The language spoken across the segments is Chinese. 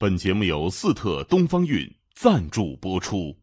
本节目由四特东方韵赞助播出。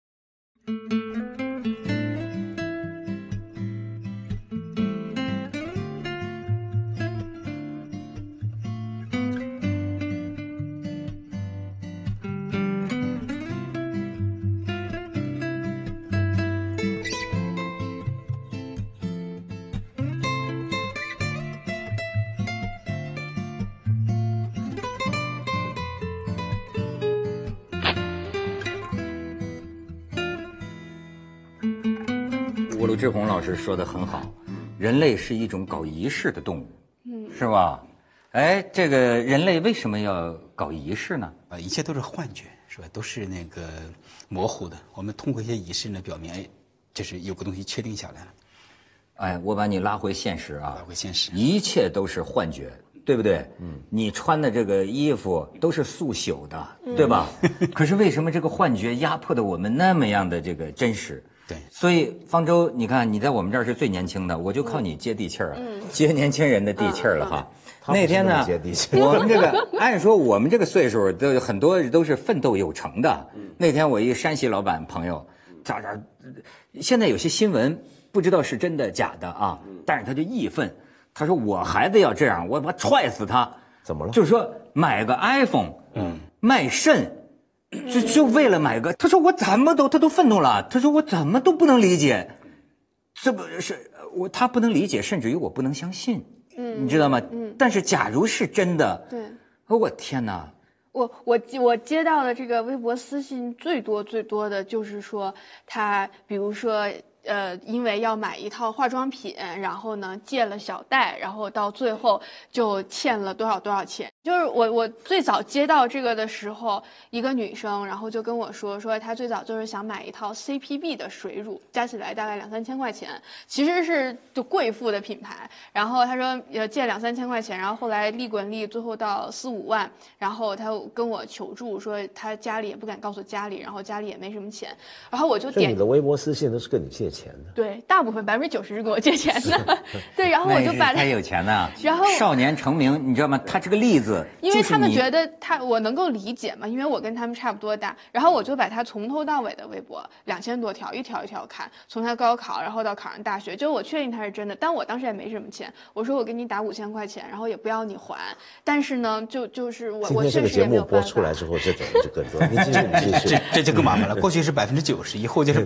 陆志宏老师说的很好，人类是一种搞仪式的动物，是吧？哎，这个人类为什么要搞仪式呢？ 一切都是幻觉，是吧？都是那个模糊的。我们通过一些仪式呢，表明，哎，这是有个东西确定下来了。 哎，我把你拉回现实啊， 拉回现实， 一切都是幻觉，对不对？你穿的这个衣服都是速朽的，对吧？可是为什么这个幻觉压迫的我们那么样的这个真实？ 对， 所以方舟，你看你在我们这儿是最年轻的，我就靠你接地气儿了，接年轻人的地气儿了哈。那天呢，我们这个按说我们这个岁数都很多都是奋斗有成的。那天我一个山西老板朋友，现在有些新闻不知道是真的假的啊，但是他就义愤，他说我孩子要这样，我踹死他。 怎么了？ 就是说买个 iPhone，卖肾。就为了买个，他说我怎么都，他都愤怒了。他说我怎么都不能理解，这不是他不能理解，甚至于我不能相信，你知道吗？但是假如是真的， 对， 我天哪！ 我接到的这个微博私信最多的就是说他，比如说。因为要买一套化妆品，然后呢借了小贷，然后到最后就欠了多少钱。就是我最早接到这个的时候，一个女生，然后就跟我说她最早就是想买一套 CPB 的水乳，加起来大概2、3千块钱，其实是就贵妇的品牌。然后她说借2、3千块钱，然后后来利滚利，最后到4、5万，然后她跟我求助说她家里也不敢告诉家里，然后家里也没什么钱，然后我就点。 你的微博私信都是跟你借钱的。 对，大部分90%是跟我借钱的。对，然后我就把他有钱呢。 然后少年成名，你知道吗？他这个例子， 因为他们觉得我能够理解嘛，因为我跟他们差不多大。然后我就把他从头到尾的微博2000多条，一条一条看，从他高考，然后到考上大学，就我确定他是真的。但我当时也没什么钱，我说我给你打5000块钱，然后也不要你还。但是呢，就是我确实也没有办法。 今天这个节目播出来之后，这种就更多。你继续， 这就更麻烦了。过去是90%，以后就是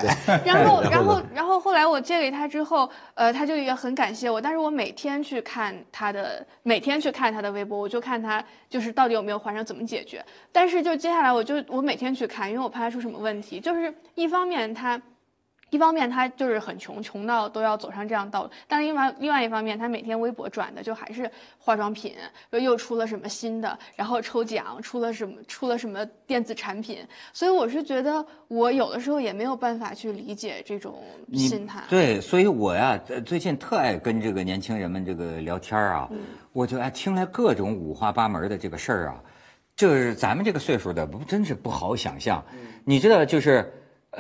100%。 然后后来我借给他之后，他就也很感谢我，但是我每天去看他的微博，我就看他就是到底有没有还上，怎么解决。但是就接下来我每天去看，因为我怕他出什么问题。就是一方面他就是很穷到都要走上这样道路，但是另外一方面，他每天微博转的就还是化妆品，又出了什么新的，然后抽奖出了什么电子产品，所以我是觉得我有的时候也没有办法去理解这种心态。 对，所以我呀最近特爱跟这个年轻人们这个聊天啊，我就爱听来各种五花八门的这个事儿啊，就是咱们这个岁数的真是不好想象，你知道就是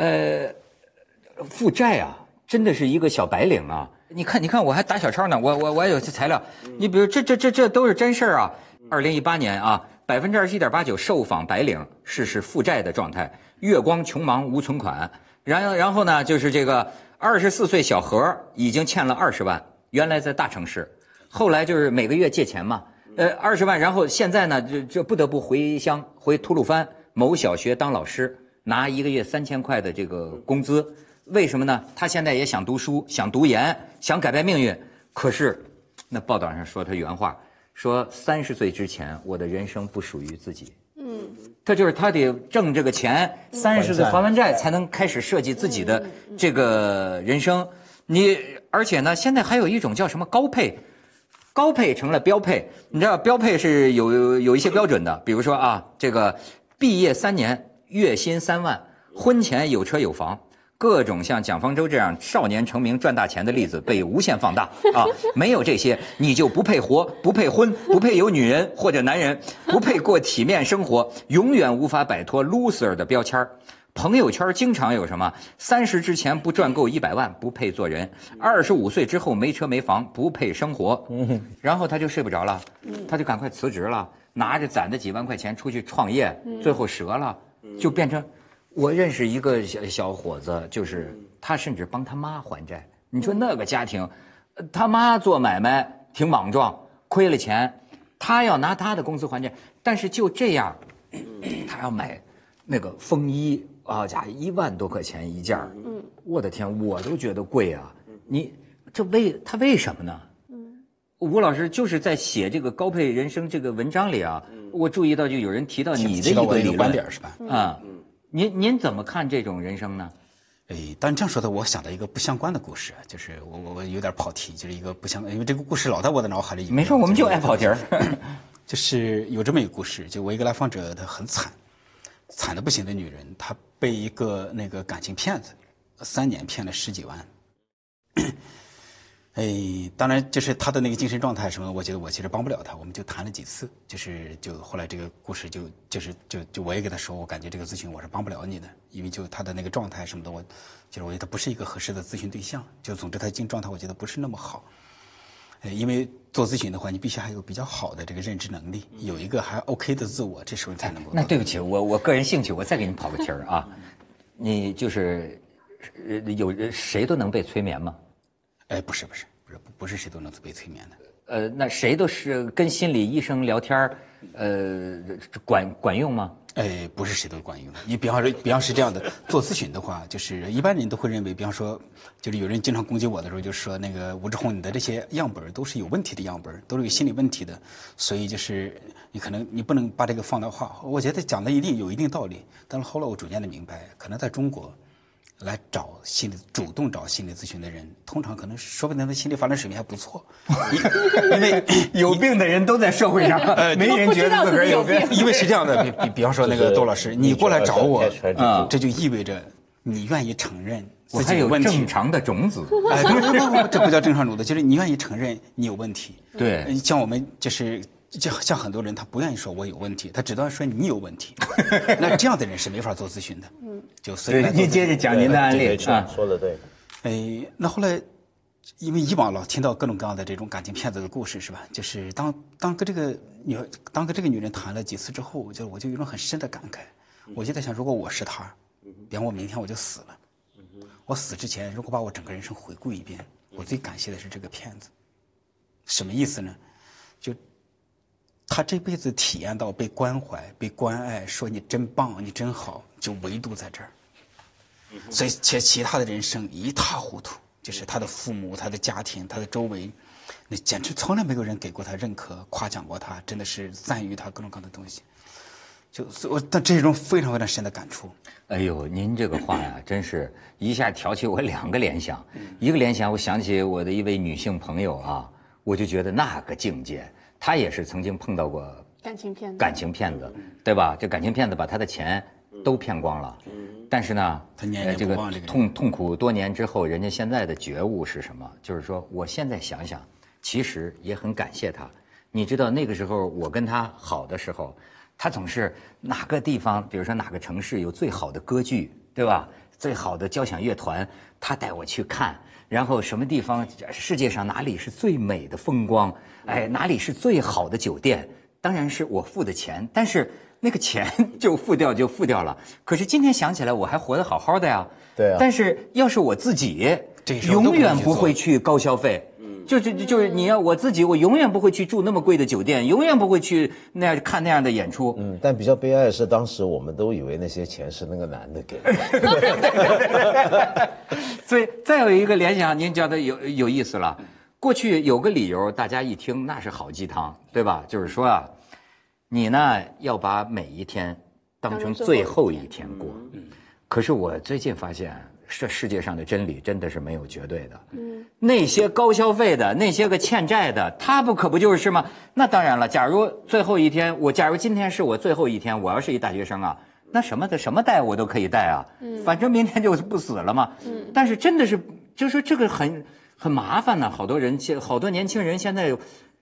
负债啊，真的是一个小白领啊！你看，我还打小抄呢，我还有些材料。你比如这都是真事儿啊。2018年啊，21.89%受访白领是负债的状态，月光穷忙无存款。然后呢，就是这个24岁小何已经欠了20万，原来在大城市，后来就是每个月借钱嘛，20万，然后现在呢就不得不回乡，回吐鲁番某小学当老师，拿1个月3000块的这个工资。为什么呢？他现在也想读书，想读研，想改变命运。可是，那报道上说他原话说：30岁之前，我的人生不属于自己。他就是他得挣这个钱，30岁还完债，才能开始设计自己的这个人生。而且呢，现在还有一种叫什么高配成了标配。你知道标配是有一些标准的，比如说啊，这个毕业3年，月薪3万，婚前有车有房。各种像蒋方舟这样少年成名赚大钱的例子被无限放大啊！没有这些，你就不配活，不配婚，不配有女人或者男人，不配过体面生活，永远无法摆脱 loser 的标签。 朋友圈经常有什么30之前不赚够100万不配做人，25岁之后没车没房不配生活。然后他就睡不着了，他就赶快辞职了，拿着攒的几万块钱出去创业，最后折了，就变成。我认识一个小伙子，就是他甚至帮他妈还债。你说那个家庭，他妈做买卖挺莽撞，亏了钱，他要拿他的工资还债，但是就这样，他要买那个风衣啊，家1万多块钱一件我的天，我都觉得贵啊！你这他为什么呢？吴老师就是在写这个高配人生这个文章里啊，我注意到就有人提到你的一个理论观点是吧？ 啊。您怎么看这种人生呢？ 当然这样说的，我想到一个不相关的故事，就是我有点跑题，就是一个不相关，因为这个故事老在我的脑海里。 没事，我们就爱跑题儿。 就是有这么一个故事，就我一个来访者，她很惨的不行的女人，她被一个那个感情骗子3年骗了10几万。当然就是她的那个精神状态什么的，我觉得我其实帮不了她，我们就谈了几次，就后来这个故事就我也给她说，我感觉这个咨询我是帮不了你的，因为就她的那个状态什么的，我觉得她不是一个合适的咨询对象，就总之她精神状态我觉得不是那么好。因为做咨询的话，你必须还有比较好的这个认知能力，有一个还 OK 的自我，这时候才能够。 那对不起，我个人兴趣，我再给你跑个题儿啊，你就是有谁都能被催眠吗？不是谁都能被催眠的。那谁都是跟心理医生聊天管用吗？ 不是谁都管用。你比方是这样的，做咨询的话，就是一般人都会认为，比方说，就是有人经常攻击我的时候，就说那个吴志宏，你的这些样本都是有问题的样本，都是有心理问题的，所以就是你不能把这个放大化。我觉得讲的有一定道理，但是后来我逐渐的明白，可能在中国。来主动找心理咨询的人，通常可能说不定他的心理发展水平还不错，因为有病的人都在社会上，没人觉得自个儿有病。 因为是这样的，比方说那个窦老师，你过来找我，这就意味着你愿意承认自己有问题。 我还有正常的种子。 不，这不叫正常种子，就是你愿意承认你有问题。 对， 像我们像很多人，他不愿意说我有问题，他只当说你有问题。那这样的人是没法做咨询的。 对，您接着讲您的案例啊，说的对。 那后来，因为以往老听到各种各样的这种感情骗子的故事，是吧？就是当跟这个女人谈了几次之后，我就有一种很深的感慨。我就在想，如果我是她，比方我明天我就死了，我死之前，如果把我整个人生回顾一遍，我最感谢的是这个骗子。什么意思呢？就他这辈子体验到被关怀、被关爱，说你真棒，你真好，就唯独在这儿。所以其他的人生一塌糊涂，就是他的父母、他的家庭、他的周围，那简直从来没有人给过他认可、夸奖过他，真的是赞誉他各种各样的东西。但这是一种非常非常深的感触。 哎呦，您这个话呀，真是一下挑起我2个联想。一个联想，我想起我的一位女性朋友啊，我就觉得那个境界，她也是曾经碰到过感情骗子，对吧？这感情骗子把她的钱都骗光了。但是呢，这个痛苦多年之后，人家现在的觉悟是什么？就是说，我现在想想，其实也很感谢他。你知道那个时候我跟他好的时候，他总是哪个地方，比如说哪个城市有最好的歌剧，对吧？最好的交响乐团，他带我去看。然后什么地方，世界上哪里是最美的风光？哪里是最好的酒店？当然是我付的钱，但是。那个钱就付掉了，可是今天想起来我还活得好好的呀。 对啊。 但是要是我自己，永远不会去高消费。就是你要我自己，我永远不会去住那么贵的酒店，永远不会去那样看那样的演出。 但比较悲哀的是，当时我们都以为那些钱是那个男的给的。所以再有一个联想，您觉得有意思了。过去有个理由，大家一听那是好鸡汤，对吧？就是说啊。你呢要把每一天当成最后一天过，可是我最近发现，这世界上的真理真的是没有绝对的。那些高消费的，那些个欠债的，他可不就是吗？那当然了，假如最后一天，假如今天是我最后一天，我要是一大学生啊，那什么贷我都可以贷啊，反正明天就不死了嘛。但是真的是，就是说这个很麻烦呢。好多年轻人现在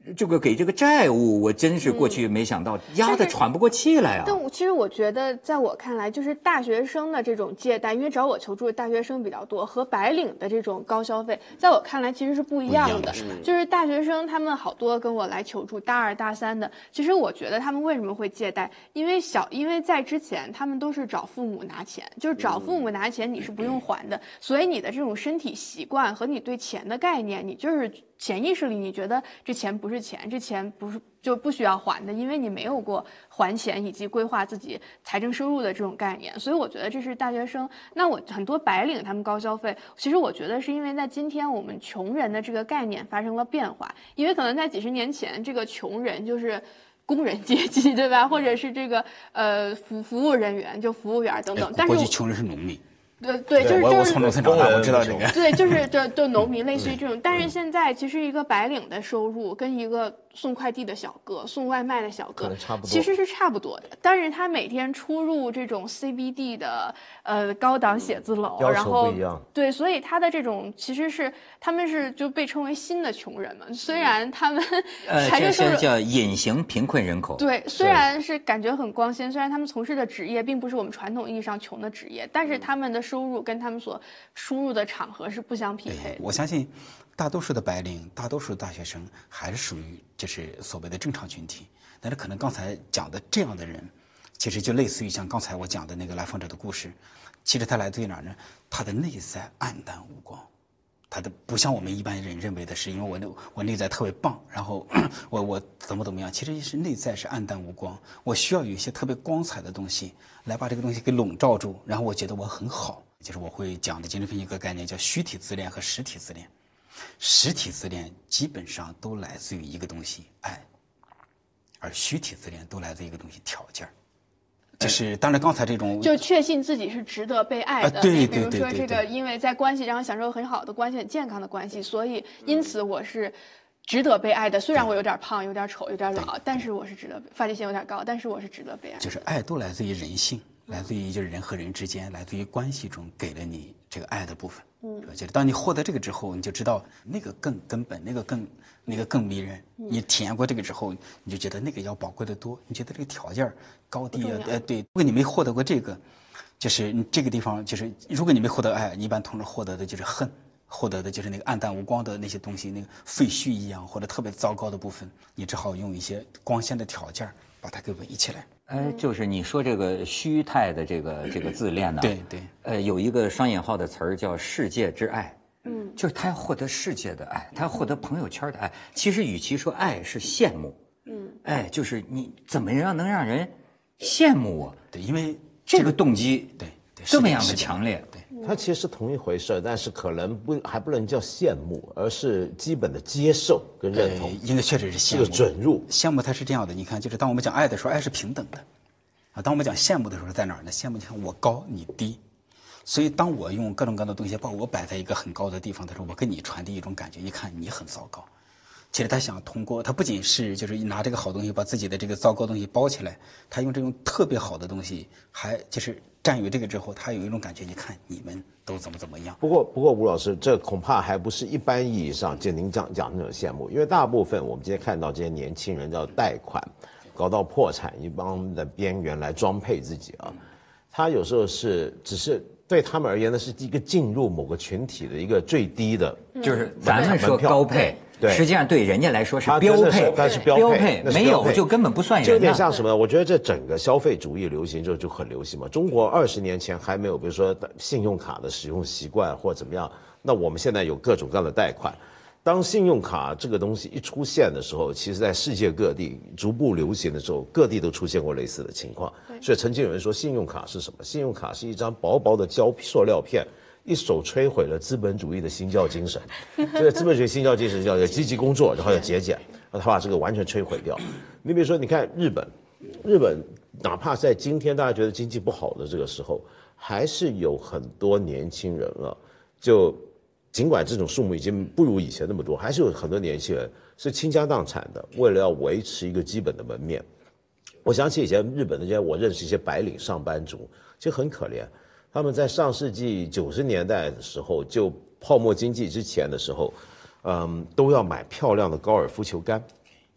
这个给这个债务，我真是过去没想到，压得喘不过气来啊。 其实我觉得，在我看来，就是大学生的这种借贷，因为找我求助的大学生比较多，和白领的这种高消费，在我看来其实是不一样的。就是大学生他们好多跟我来求助，大二大三的，其实我觉得他们为什么会借贷，因为在之前他们都是找父母拿钱，就是找父母拿钱你是不用还的，所以你的这种身体习惯和你对钱的概念，你就是潜意识里你觉得这钱不是钱，这钱就不需要还的，因为你没有过还钱以及规划自己财政收入的这种概念，所以我觉得这是大学生。那我很多白领他们高消费，其实我觉得是因为在今天我们穷人的这个概念发生了变化，因为可能在几十年前这个穷人就是工人阶级，对吧？或者是这个服务人员，就服务员等等。但是穷人是农民。 对，就是我从农村长大，我知道这个。 对，就是就农民，类似于这种。但是现在其实一个白领的收入跟一个送快递的小哥、送外卖的小哥其实是差不多的，但是他每天出入这种 CBD 的高档写字楼，然后对，所以他的这种其实是他们是就被称为新的穷人嘛。虽然他们财政收入叫隐形贫困人口。 对，虽然是感觉很光鲜，虽然他们从事的职业并不是我们传统意义上穷的职业，但是他们的收入跟他们所输入的场合是不相匹配的。 我相信大多数的白领，大多数的大学生还是属于就是所谓的正常群体，但是可能刚才讲的这样的人，其实就类似于像刚才我讲的那个来访者的故事，其实他来自于哪儿呢？他的内在暗淡无光，他的不像我们一般人认为的是，因为我内在特别棒，然后我怎么样，其实是内在是暗淡无光，我需要有一些特别光彩的东西来把这个东西给笼罩住，然后我觉得我很好。就是我会讲的精神分析一个概念叫虚体自恋和实体自恋。实体自恋基本上都来自于一个东西爱，而虚体自恋都来自于一个东西条件。就是当然刚才这种就确信自己是值得被爱的， 对， 比如说这个因为在关系上享受很好的关系、很健康的关系，所以因此我是值得被爱的。虽然我有点胖、有点丑、有点老，但是我是值得，发际线有点高，但是我是值得被爱。 就是爱都来自于人性，来自于就是人和人之间，来自于关系中给了你这个爱的部分。就是当你获得这个之后，你就知道那个更根本，那个更迷人。你体验过这个之后，你就觉得那个要宝贵的多。你觉得这个条件高低啊，对。如果你没获得过这个，就是你这个地方就是，如果你没获得爱，你一般通常获得的就是恨，获得的就是那个暗淡无光的那些东西，那个废墟一样或者特别糟糕的部分，你只好用一些光鲜的条件把它给围起来。 就是你说这个虚态的这个自恋呢， 对， 有一个双引号的词儿叫世界之爱，就是他要获得世界的爱，他要获得朋友圈的爱。其实与其说爱是羡慕，就是你怎么样能让人羡慕我？ 对，因为这个动机对这么样的强烈， 对。 它其实是同一回事，但是可能还不能叫羡慕，而是基本的接受跟认同。 应该确实是羡慕， 是个准入。 羡慕它是这样的，你看，就是当我们讲爱的时候，爱是平等的，啊，当我们讲羡慕的时候在哪儿呢？羡慕就像我高你低，所以当我用各种各样的东西把我摆在一个很高的地方的时候，我跟你传递一种感觉，一看你很糟糕。其实他想通过，他不仅是就是拿这个好东西把自己的这个糟糕东西包起来，他用这种特别好的东西，还就是占有这个之后，他有一种感觉，你看你们都怎么样。 不过吴老师，这恐怕还不是一般意义上就您讲那种羡慕，因为大部分我们今天看到这些年轻人要贷款，搞到破产一帮的边缘来装配自己啊，他有时候只是对他们而言呢，是一个进入某个群体的一个最低的， 就是咱们说高配。 对， 实际上对人家来说是标配， 它是标配， 没有就根本不算人。 就有点像什么呢？我觉得这整个消费主义流行就很流行嘛。中国20年前还没有，比如说信用卡的使用习惯或怎么样，那我们现在有各种各样的贷款。当信用卡这个东西一出现的时候，其实在世界各地逐步流行的时候，各地都出现过类似的情况。所以曾经有人说，信用卡是什么？信用卡是一张薄薄的塑料片。一手摧毁了资本主义的新教精神，这个资本主义新教精神叫积极工作，然后要节俭，然后他把这个完全摧毁掉。你比如说，你看日本哪怕在今天大家觉得经济不好的这个时候，还是有很多年轻人啊，就尽管这种数目已经不如以前那么多，还是有很多年轻人是倾家荡产的，为了要维持一个基本的门面。我想起以前日本的这些我认识一些白领上班族，其实很可怜。他们在上世纪90年代的时候，就泡沫经济之前的时候，都要买漂亮的高尔夫球杆，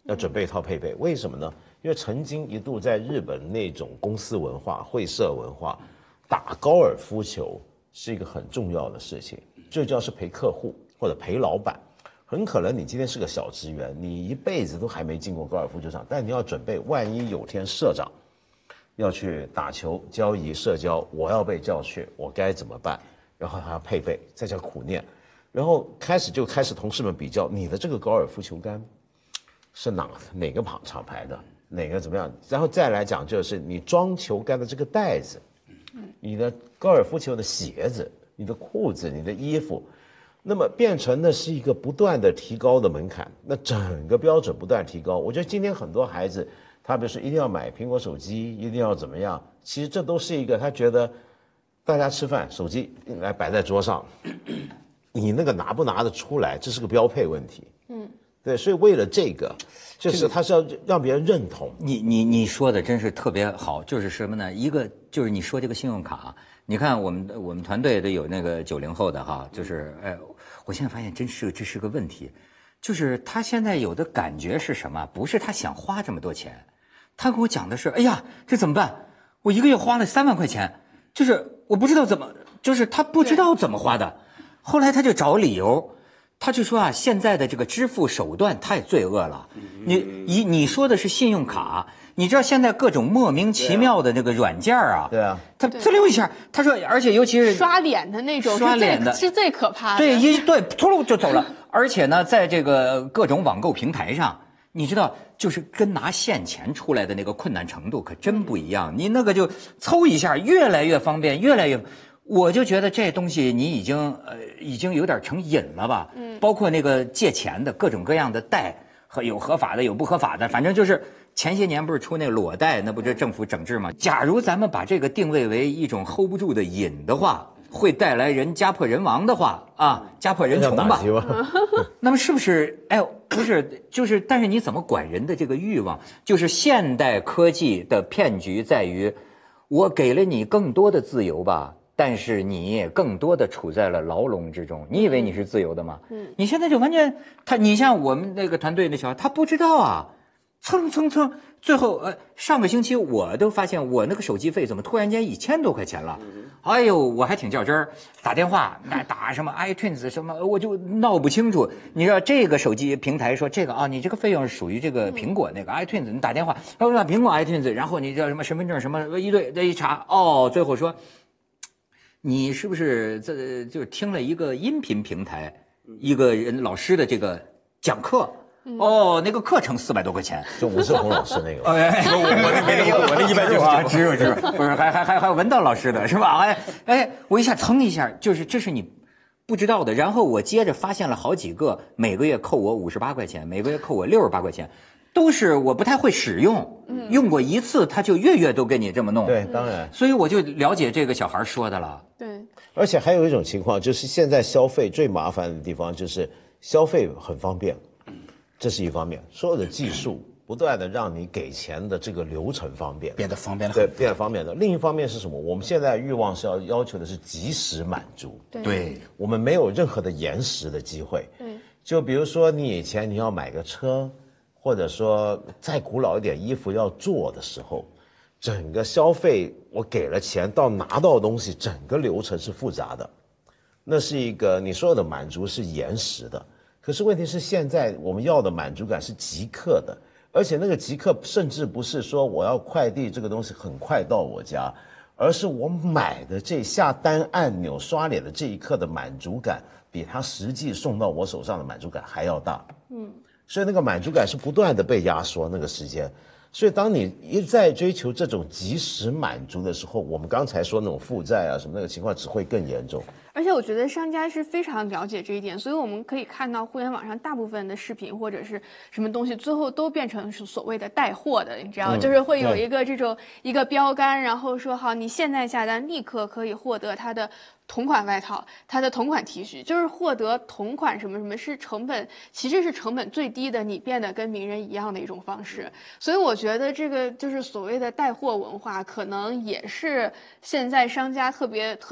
要准备一套配备。为什么呢？因为曾经一度在日本那种公司文化、会社文化，打高尔夫球是一个很重要的事情，这就要是陪客户或者陪老板。很可能你今天是个小职员，你一辈子都还没进过高尔夫球场，但你要准备，万一有天社长要去打球、交谊、社交，我要被叫去，我该怎么办？然后还要配备，再叫苦练，然后开始同事们比较你的这个高尔夫球杆是哪个厂牌的，哪个怎么样，然后再来讲就是你装球杆的这个袋子，你的高尔夫球的鞋子、你的裤子、你的衣服。那么变成的是一个不断的提高的门槛，那整个标准不断提高。我觉得今天很多孩子，他比如说一定要买苹果手机，一定要怎么样，其实这都是一个他觉得大家吃饭手机来摆在桌上，你那个拿不拿得出来，这是个标配问题。对，所以为了这个，就是他是要让别人认同。 你说的真是特别好，就是什么呢？一个就是你说这个信用卡，你看我们团队都有那个90后的哈，就是我现在发现这是个问题，就是他现在有的感觉是什么？不是他想花这么多钱，他跟我讲的是，哎呀，这怎么办？我一个月花了3万块钱，就是我不知道怎么，就是他不知道怎么花的。后来他就找理由。他就说啊，现在的这个支付手段太罪恶了。你说的是信用卡，你知道现在各种莫名其妙的那个软件啊， 对啊， 他滋溜一下，他说，而且尤其是刷脸的那种， 刷脸的是最可怕的。 对，突噜就走了。而且呢，在这个各种网购平台上，你知道，就是跟拿现钱出来的那个困难程度可真不一样。你那个就凑一下，越来越方便，越来越。我就觉得这东西你已经有点成瘾了吧？包括那个借钱的各种各样的贷，有合法的，有不合法的，反正就是前些年不是出那个裸贷，那不是政府整治吗？假如咱们把这个定位为一种 hold 不住的瘾的话，会带来人家破人亡的话啊，家破人穷吧？那么是不是？哎，不是，就是，但是你怎么管人的这个欲望？就是现代科技的骗局在于，我给了你更多的自由吧。但是你也更多的处在了牢笼之中。你以为你是自由的吗？你现在就完全你像我们那个团队那小孩，他不知道啊，蹭，最后上个星期我都发现我那个手机费怎么突然间1000多块钱了。哎呦，我还挺较真儿，打电话打什么 iTunes 什么，我就闹不清楚。你知道这个手机平台说这个啊，你这个费用是属于这个苹果那个 iTunes， 你打电话，苹果 iTunes， 然后你叫什么身份证什么一堆，这一查，最后说。你是不是就是听了一个音频平台，一个人老师的这个讲课？那个课程400多块钱， 就吴世红老师那个。 我的160啊，只有，不是还有文道老师的是吧？我一下蹭一下，就是这是你不知道的。然后我接着发现了好几个，每个月扣我58块钱，每个月扣我68块钱。都是我不太会使用，用过一次他就月都给你这么弄。 对，当然。 所以我就了解这个小孩说的了。 对。 而且还有一种情况，就是现在消费最麻烦的地方就是消费很方便，这是一方面。所有的技术不断的让你给钱的这个流程方便， 变得方便了。 对，变得方便的。另一方面是什么？我们现在欲望是要求的是及时满足。 对。 我们没有任何的延时的机会。 对。 就比如说你以前你要买个车。或者说再古老一点衣服要做的时候，整个消费我给了钱到拿到东西，整个流程是复杂的，那是一个你所有的满足是延时的。可是问题是现在我们要的满足感是即刻的，而且那个即刻甚至不是说我要快递这个东西很快到我家，而是我买的这下单按钮刷脸的这一刻的满足感，比它实际送到我手上的满足感还要大。所以那个满足感是不断的被压缩那个时间，所以当你一再追求这种即时满足的时候，我们刚才说那种负债啊什么那个情况只会更严重。 而且我觉得商家是非常了解这一点，所以我们可以看到互联网上大部分的视频或者是什么东西，最后都变成是所谓的带货的，你知道，就是会有一个这种一个标杆，然后说好，你现在下单立刻可以获得它的同款外套，它的同款 T 恤，就是获得同款什么什么，是成本其实是成本最低的，你变得跟名人一样的一种方式。所以我觉得这个就是所谓的带货文化，可能也是现在商家特别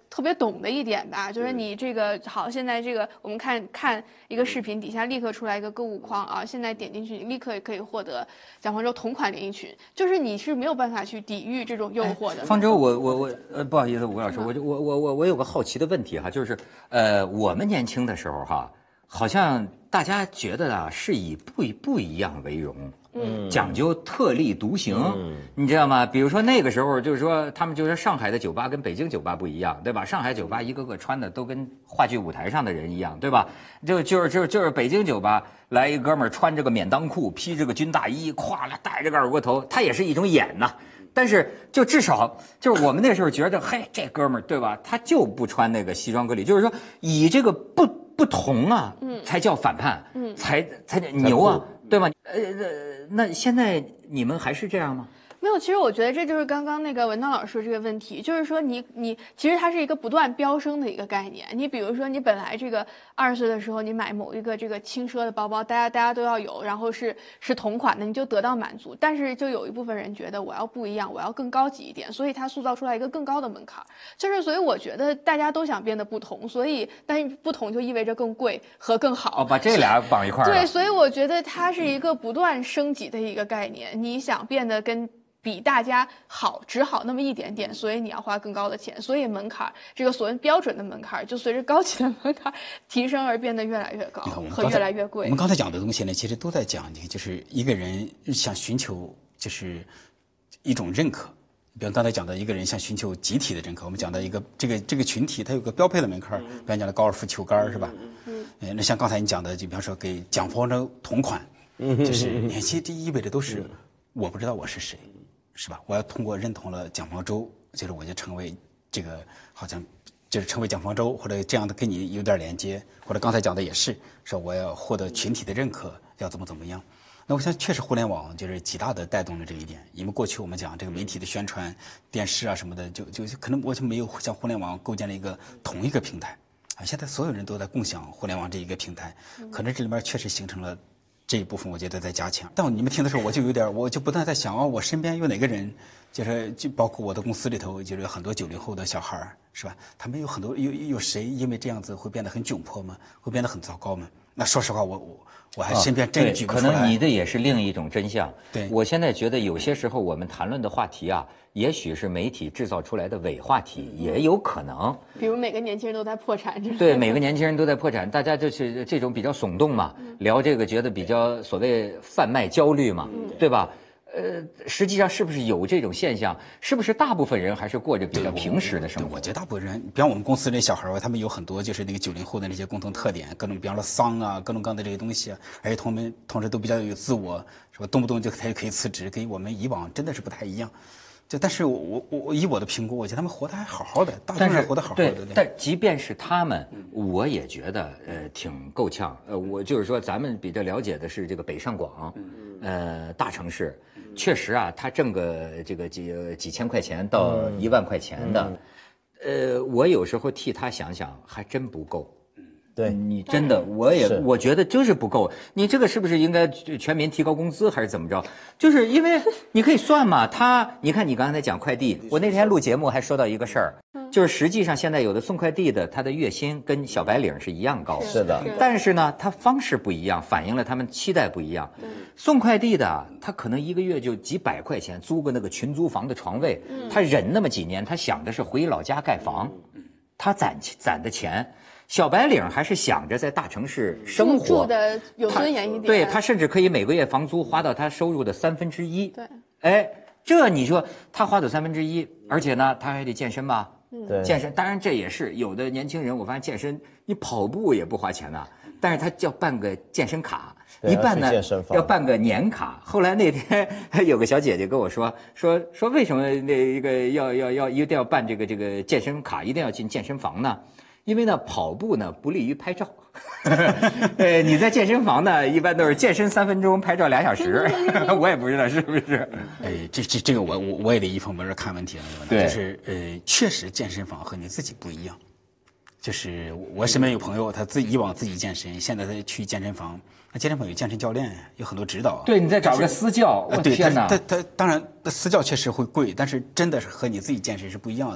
特别懂的一点吧，就是你这个好，现在这个我们看一个视频，底下立刻出来一个购物框啊，现在点进去，你立刻也可以获得蒋方舟同款连衣裙，就是你是没有办法去抵御这种诱惑的。 方舟，我不好意思，吴老师，我有个好奇的问题哈，就是我们年轻的时候哈，好像大家觉得啊是以不一样为荣。讲究特立独行，你知道吗？比如说那个时候，就是说他们就说上海的酒吧跟北京酒吧不一样，对吧？上海酒吧一个个穿的都跟话剧舞台上的人一样，对吧？就是北京酒吧来一哥们儿穿着个免裆裤，披着个军大衣，咵了戴着个二锅头，他也是一种演呐。但是就至少就是我们那时候觉得，嘿，这哥们儿对吧？他就不穿那个西装革履，就是说以这个不同啊，才叫反叛，才牛啊，对吧？那现在你们还是这样吗？ 没有，其实我觉得这就是刚刚那个文涛老师说这个问题，就是说你其实它是一个不断飙升的一个概念。你比如说，你本来这个20岁的时候，你买某一个这个轻奢的包包，大家都要有，然后是同款的，你就得到满足。但是就有一部分人觉得我要不一样，我要更高级一点，所以他塑造出来一个更高的门槛。就是所以我觉得大家都想变得不同，但是不同就意味着更贵和更好。 把这俩绑一块儿。 对，所以我觉得它是一个不断升级的一个概念。你想变得比大家好，只好那么一点点，所以你要花更高的钱，所以门槛这个所谓标准的门槛，就随着高级的门槛提升而变得越来越高和越来越贵。 我们刚才讲的东西呢，其实都在讲，就是一个人想寻求就是一种认可。比方刚才讲的一个人想寻求集体的认可，我们讲的一个这个群体，它有个标配的门槛，比方讲的高尔夫球杆是吧？那像刚才你讲的，就比方说给蒋方舟同款，就是其实这意味着都是我不知道我是谁。是吧？我要通过认同了蒋方舟，就是我就成为这个好像就是成为蒋方舟，或者这样的跟你有点连接，或者刚才讲的也是说我要获得群体的认可，要怎么样。那我想确实互联网就是极大的带动了这一点，因为过去我们讲这个媒体的宣传、电视啊什么的，就可能我就没有像互联网构建了一个同一个平台啊。现在所有人都在共享互联网这一个平台，可能这里面确实形成了。这一部分我觉得在加强，但你们听的时候，我就不断在想我身边有哪个人，就包括我的公司里头，就是有很多90后的小孩是吧？他们有很多有谁因为这样子会变得很窘迫吗？会变得很糟糕吗？那说实话，我还身边真举不出来。 可能你的也是另一种真相。 对， 我现在觉得有些时候我们谈论的话题啊，也许是媒体制造出来的伪话题，也有可能。 比如每个年轻人都在破产， 对，每个年轻人都在破产，大家就是这种比较耸动嘛，聊这个觉得比较所谓贩卖焦虑嘛，对吧？实际上是不是有这种现象？是不是大部分人还是过着比较平实的生活？ 我觉得大部分人，比方我们公司这小孩他们有很多就是那个90后的那些共同特点，各种比方说丧啊，各种各样的这些东西，而且同时都比较有自我，是吧？动不动就可以辞职，跟我们以往真的是不太一样。但是我以我的评估，我觉得他们活得还好好的，大部分人活得好好的。 对，但即便是他们，我也觉得挺够呛。我就是说，咱们比较了解的是这个北上广，大城市，确实啊，他挣个这个几千块钱到1万块钱的，我有时候替他想想，还真不够。 对你真的，我觉得就是不够。你这个是不是应该全民提高工资，还是怎么着？就是因为你可以算嘛，你看你刚才讲快递，我那天录节目还说到一个事儿，就是实际上现在有的送快递的，他的月薪跟小白领是一样高， 是的， 但是呢，他方式不一样，反映了他们期待不一样。送快递的，他可能1个月就几百块钱租个那个群租房的床位，他忍那么几年，他想的是回老家盖房，他攒的钱。小白领还是想着在大城市生活， 住的有尊严一点。 对，他甚至可以每个月房租花到他收入的1/3。 对， 哎，这你说他花到1/3，而且呢，他还得健身吧？ 对， 健身。当然这也是有的年轻人，我发现健身你跑步也不花钱呐，但是他要办个健身卡，一办呢要办个年卡。后来那天有个小姐姐跟我说为什么那个要一定要办这个健身卡，一定要进健身房呢？因为呢，跑步呢不利于拍照，你在健身房呢，一般都是健身3分钟，拍照2小时，我也不知道是不是。 这个我也得一方面看问题了， 对， 就是确实健身房和你自己不一样。就是我身边有朋友，他以往自己健身，现在他去健身房，那健身房有健身教练，有很多指导。 对，你再找个私教，我天哪！ 他当然私教确实会贵，但是真的是和你自己健身是不一样的。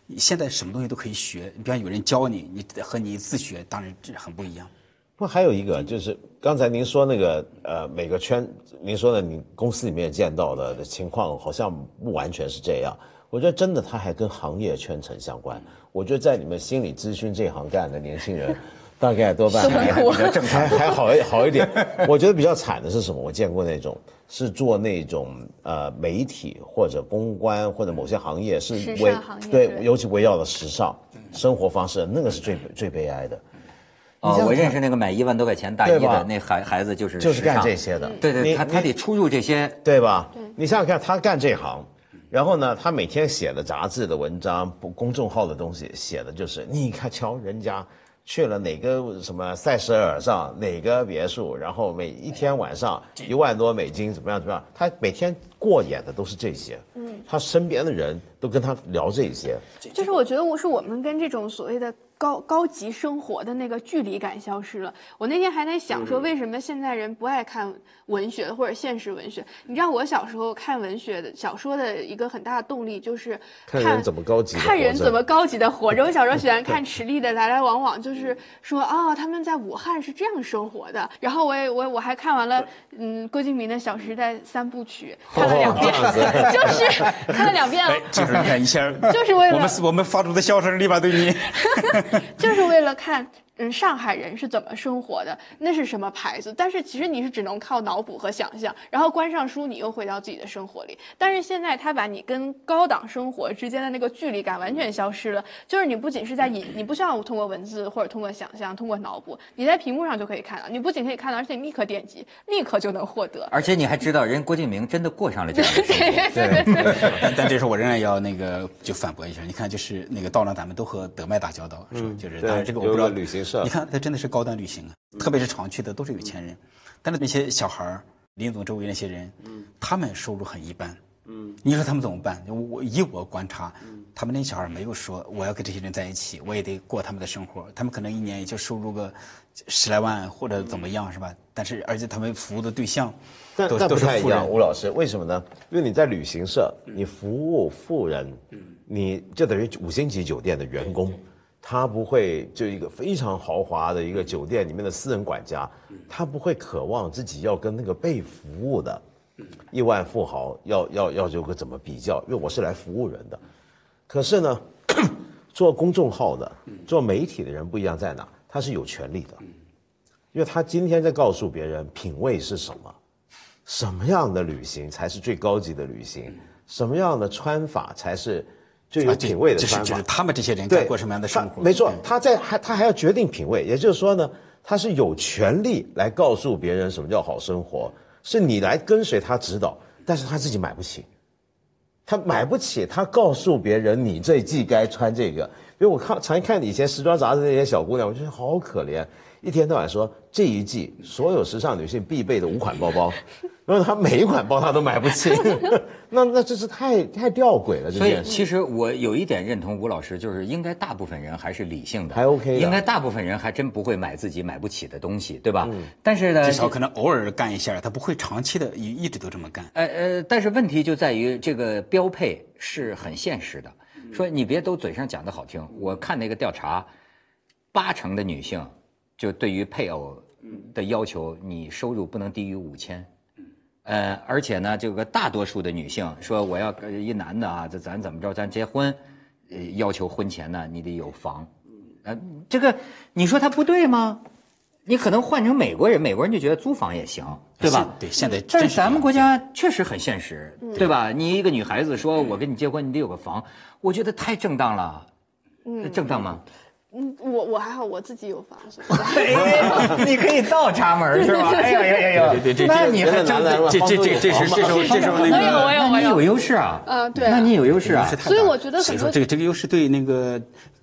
现在什么东西都可以学，比方有人教你，你和你自学，当然这很不一样。 不，还有一个就是刚才您说那个每个圈，您说的你公司里面见到的情况好像不完全是这样。我觉得真的它还跟行业圈层相关。我觉得在你们心理咨询这行干的年轻人，大概多半还好一点。我觉得比较惨的是什么？我见过那种是做那种媒体或者公关或者某些行业是对，尤其围绕的时尚生活方式，那个是最悲哀的。 我认识那个买1万多块钱大衣的那孩子就是干这些的。 对，他得出入这些， 对吧？你想想看，他干这行。然后呢，他每天写的杂志的文章、公众号的东西，写的就是你看瞧人家去了哪个什么塞舌尔上哪个别墅，然后每一天晚上1万多美金怎么样，他每天过眼的都是这些。他身边的人都跟他聊这些。 就是我觉得我们跟这种所谓的高级生活的那个距离感消失了。我那天还在想说，为什么现在人不爱看文学或者现实文学？你知道我小时候看文学的小说的一个很大的动力就是看人怎么高级的活着。我小时候喜欢看池莉的《来来往往》，就是说他们在武汉是这样生活的。然后我还看完了郭敬明的《小时代3部曲》，看了2遍，就是看了2遍了。 就是你看一下， 就是为了我们发出的笑声立马对你。 就是为了看上海人是怎么生活的，那是什么牌子？但是其实你是只能靠脑补和想象，然后关上书，你又回到自己的生活里。但是现在他把你跟高档生活之间的那个距离感完全消失了，就是你不仅是你不需要通过文字或者通过想象、通过脑补，你在屏幕上就可以看到。你不仅可以看到，而且你立刻点击，立刻就能获得。 而且你还知道，人郭敬明真的过上了这样的生活。 对，但这时候我仍然要就反驳一下。你看，就是那个道长，咱们都和德麦打交道，是吧？就是当然这个我不知道。 旅行社， 你看，他真的是高端旅行啊，特别是常去的都是有钱人，但是那些小孩林总周围那些人，他们收入很一般。你说他们怎么办？我观察，他们那些小孩没有说我要跟这些人在一起，我也得过他们的生活。他们可能一年也就收入个10来万或者怎么样，是吧？但是而且他们服务的对象都是富人。 吴老师，为什么呢？因为你在旅行社，你服务富人，你就等于5星级酒店的员工。他不会就一个非常豪华的一个酒店里面的私人管家，他不会渴望自己要跟那个被服务的亿万富豪要有个怎么比较，因为我是来服务人的。可是呢，做公众号的、做媒体的人不一样在哪？他是有权利的，因为他今天在告诉别人品味是什么，什么样的旅行才是最高级的旅行，什么样的穿法才是最有品味的穿法， 就是他们这些人该过什么样的生活？ 没错，他还要决定品味，也就是说呢，他是有权利来告诉别人什么叫好生活，是你来跟随他指导，但是他自己买不起，他告诉别人你这一季该穿这个。因为我常看以前时装杂志那些小姑娘，我觉得好可怜，一天到晚说这一季所有时尚女性必备的5款包包。然后他每一款包他都买不起，那这是太吊诡了。 所以其实我有一点认同吴老师，就是应该大部分人还是理性的， 还 OK 的。 应该大部分人还真不会买自己买不起的东西，对吧？但是呢， 至少可能偶尔干一下，他不会长期的一直都这么干。 但是问题就在于这个标配是很现实的。说你别都嘴上讲的好听，我看那个调查，80%的女性就对于配偶的要求，你收入不能低于5000。而且呢，这个大多数的女性说，我要一男的啊，咱怎么着，咱结婚，要求婚前呢，你得有房，这个你说他不对吗？你可能换成美国人就觉得租房也行，对吧？ 对，现在但是咱们国家确实很现实，对吧？你一个女孩子说，我跟你结婚，你得有个房，我觉得太正当了，正当吗？ 我还好，我自己有房， 你可以倒插门是吧？哎呀， 对， 那你还这时候那个， 我有优势啊。 对， 那你有优势啊。 所以我觉得很多这个优势对那个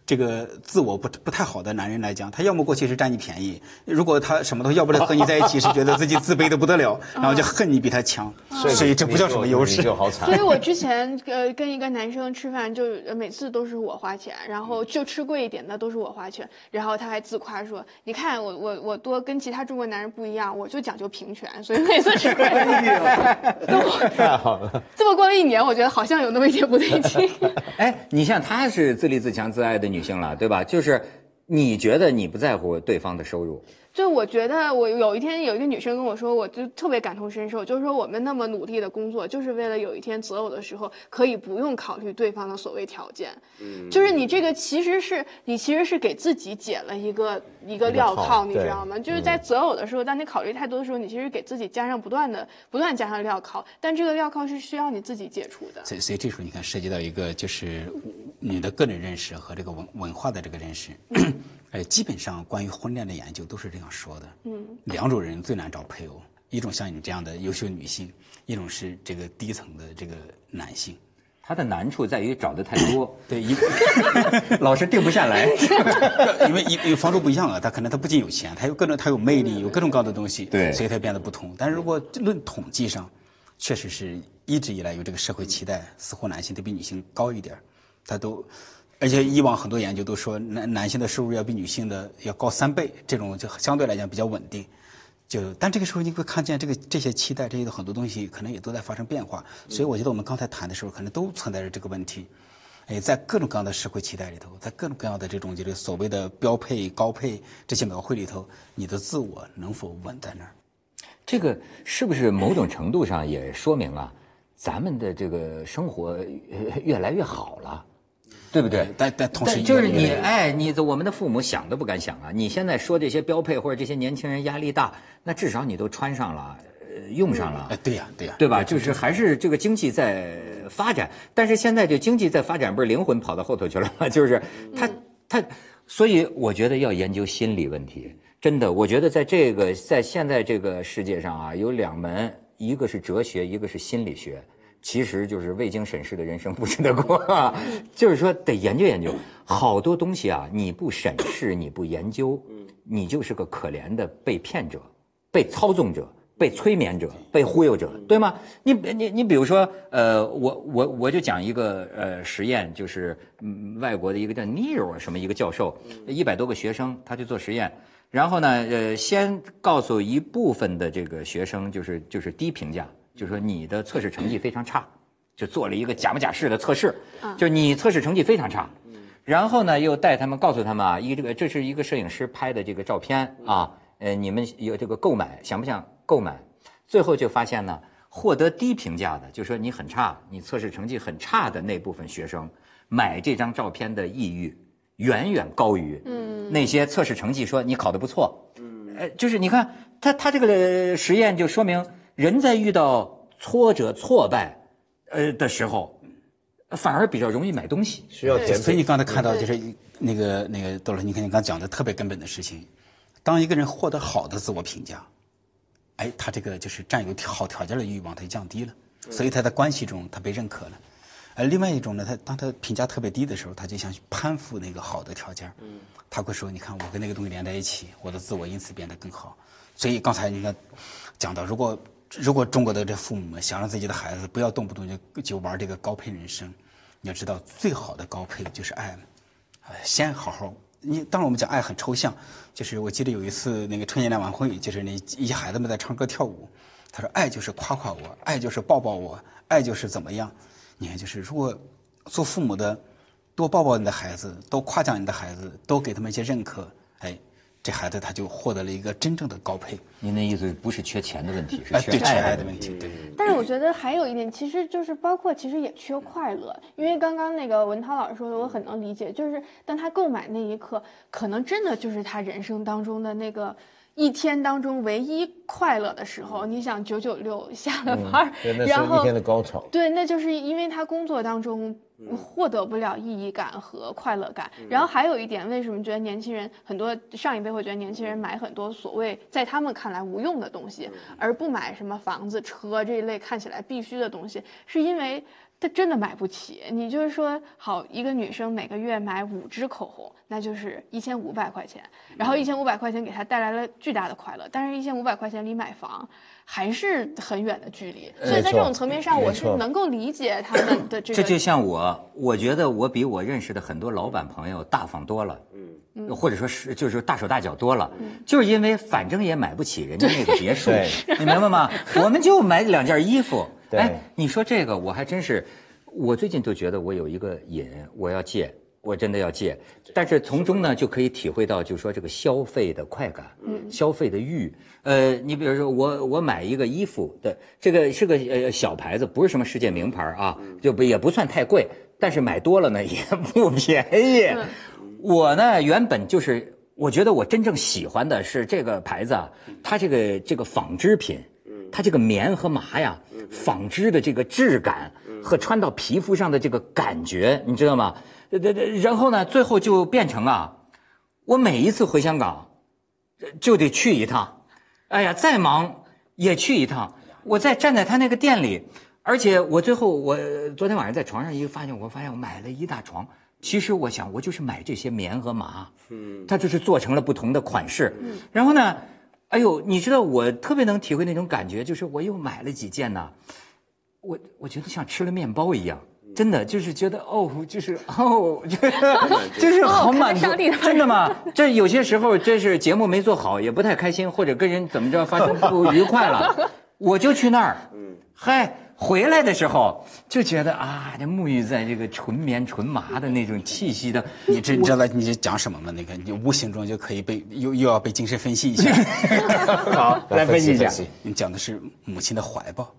这个自我不太好的男人来讲，他要么过去是占你便宜，如果他什么都要不了和你在一起，是觉得自己自卑的不得了，然后就恨你比他强，所以这不叫什么优势。 你就好惨。 所以我之前跟一个男生吃饭，就每次都是我花钱，然后就吃贵一点的都是我花钱，然后他还自夸说：“你看我多跟其他中国男人不一样，我就讲究平权，所以每次吃贵。” 太好了。 这么过了1年，我觉得好像有那么一点不对劲。 哎，你像她是自立自强自爱的女性了，对吧？就是你觉得你不在乎对方的收入？ 就我觉得，我有一天有一个女生跟我说，我就特别感同身受，就是说我们那么努力的工作，就是为了有一天择偶的时候可以不用考虑对方的所谓条件。就是你这个其实是给自己解了一个镣铐，你知道吗？就是在择偶的时候，当你考虑太多的时候，你其实给自己加上不断加上镣铐，但这个镣铐是需要你自己解除的。 所以这时候你看涉及到一个就是你的个人认识和这个文化的这个认识。基本上关于婚恋的研究都是这样说的。2种人最难找配偶，一种像你这样的优秀女性，一种是这个低层的这个男性。 他的难处在于找的太多， 对， 老是定不下来。 因为房主不一样啊，他可能他不仅有钱，他有魅力，有各种各样的东西， 对， 所以他变得不同。但是如果论统计上，确实是一直以来有这个社会期待，似乎男性都比女性高一点，而且以往很多研究都说男性的收入要比女性的要高3倍，这种就相对来讲比较稳定。但这个时候你会看见这些期待，这些很多东西可能也都在发生变化。所以我觉得我们刚才谈的时候，可能都存在着这个问题。在各种各样的社会期待里头，在各种各样的这种就是所谓的标配、高配这些描绘里头，你的自我能否稳在那儿？ 这个是不是某种程度上也说明啊，咱们的这个生活越来越好了？对不对？ 但同时就是我们的父母想都不敢想啊！你现在说这些标配或者这些年轻人压力大，那至少你都穿上了，用上了。 对呀， 对吧？就是还是这个经济在发展，但是现在这经济在发展，不是灵魂跑到后头去了吗？就是他，所以我觉得要研究心理问题。真的，我觉得在现在这个世界上啊，有2门，一个是哲学，一个是心理学。其实就是未经审视的人生不值得过啊，就是说得研究研究，好多东西啊，你不审视，你不研究，你就是个可怜的被骗者、被操纵者、被催眠者、被忽悠者，对吗？你比如说，我就讲一个实验，就是外国的一个叫 Neil 什么一个教授，100多个学生，他去做实验，然后呢，先告诉一部分的这个学生，就是低评价。就是说你的测试成绩非常差，就做了一个假模假式的测试，就是你测试成绩非常差，然后呢又带他们告诉他们啊，这是一个摄影师拍的这个照片啊，你们有这个购买，想不想购买？最后就发现呢，获得低评价的，就说你很差，你测试成绩很差的那部分学生，买这张照片的意欲远远高于那些测试成绩说你考得不错，就是你看他这个实验就说明。人在遇到挫折、挫败，的时候，反而比较容易买东西。 需要填。 所以你刚才看到就是那个窦老师，你看你刚讲的特别根本的事情，当一个人获得好的自我评价，他这个就是占有好条件的欲望，他就降低了，所以他在关系中他被认可了。另外一种呢，当他评价特别低的时候，他就想去攀附那个好的条件，他会说：“你看我跟那个东西连在一起，我的自我因此变得更好。”所以刚才你看讲到，如果中国的这父母们想让自己的孩子不要动不动就玩这个高配人生，你要知道最好的高配就是爱，先好好。当然我们讲爱很抽象，就是我记得有一次那个春节联欢会，就是那一些孩子们在唱歌跳舞，他说爱就是夸夸我，爱就是抱抱我，爱就是怎么样。你看，就是如果做父母的多抱抱你的孩子，多夸奖你的孩子，多给他们一些认可，这孩子他就获得了一个真正的高配。 您的意思不是缺钱的问题，是缺爱的问题。对。 但是我觉得还有一点，其实就是包括其实也缺快乐，因为刚刚那个文涛老师说的，我很能理解，就是当他购买那一刻，可能真的就是他人生当中的那个一天当中唯一快乐的时候。你想996下了班，然后一天的高潮。 对，那就是因为他工作当中获得不了意义感和快乐感。然后还有一点，为什么觉得年轻人很多上一辈会觉得年轻人买很多所谓在他们看来无用的东西，而不买什么房子、车这一类看起来必须的东西，是因为她真的买不起。你就是说，好，一个女生每个月买5支口红，那就是1500块钱，然后1500块钱给她带来了巨大的快乐，但是1500块钱离买房还是很远的距离。所以在这种层面上，我是能够理解他们的这个。 这就像我觉得我比我认识的很多老板朋友大方多了。或者说是就是大手大脚多了，就是因为反正也买不起人家那个别墅，你明白吗？我们就买2件衣服。哎，你说这个我还真是，我最近都觉得我有一个瘾，我要戒，我真的要戒。但是从中呢，就可以体会到，就是说这个消费的快感，消费的欲。你比如说我买一个衣服的，这个是个小牌子，不是什么世界名牌啊，也不算太贵，但是买多了呢也不便宜。我呢，原本就是我觉得我真正喜欢的是这个牌子啊，它这个纺织品，它这个棉和麻呀，纺织的这个质感和穿到皮肤上的这个感觉，你知道吗？然后呢，最后就变成啊，我每一次回香港就得去一趟，哎呀，再忙也去一趟，我再站在他那个店里，而且我最后我昨天晚上在床上我发现我买了一大床。其实我想，我就是买这些棉和麻，它就是做成了不同的款式。然后呢，哎呦，你知道我特别能体会那种感觉，就是我又买了几件呢，我觉得像吃了面包一样，真的就是觉得就是好满足，真的吗？这有些时候这是节目没做好，也不太开心，或者跟人怎么着发生不愉快了，我就去那儿，嗨。回来的时候就觉得啊，这沐浴在这个纯棉纯麻的那种气息的， 你知道你这讲什么吗？那个你无形中就可以被又要被精神分析一下。 好，来分析一下。 你讲的是母亲的怀抱。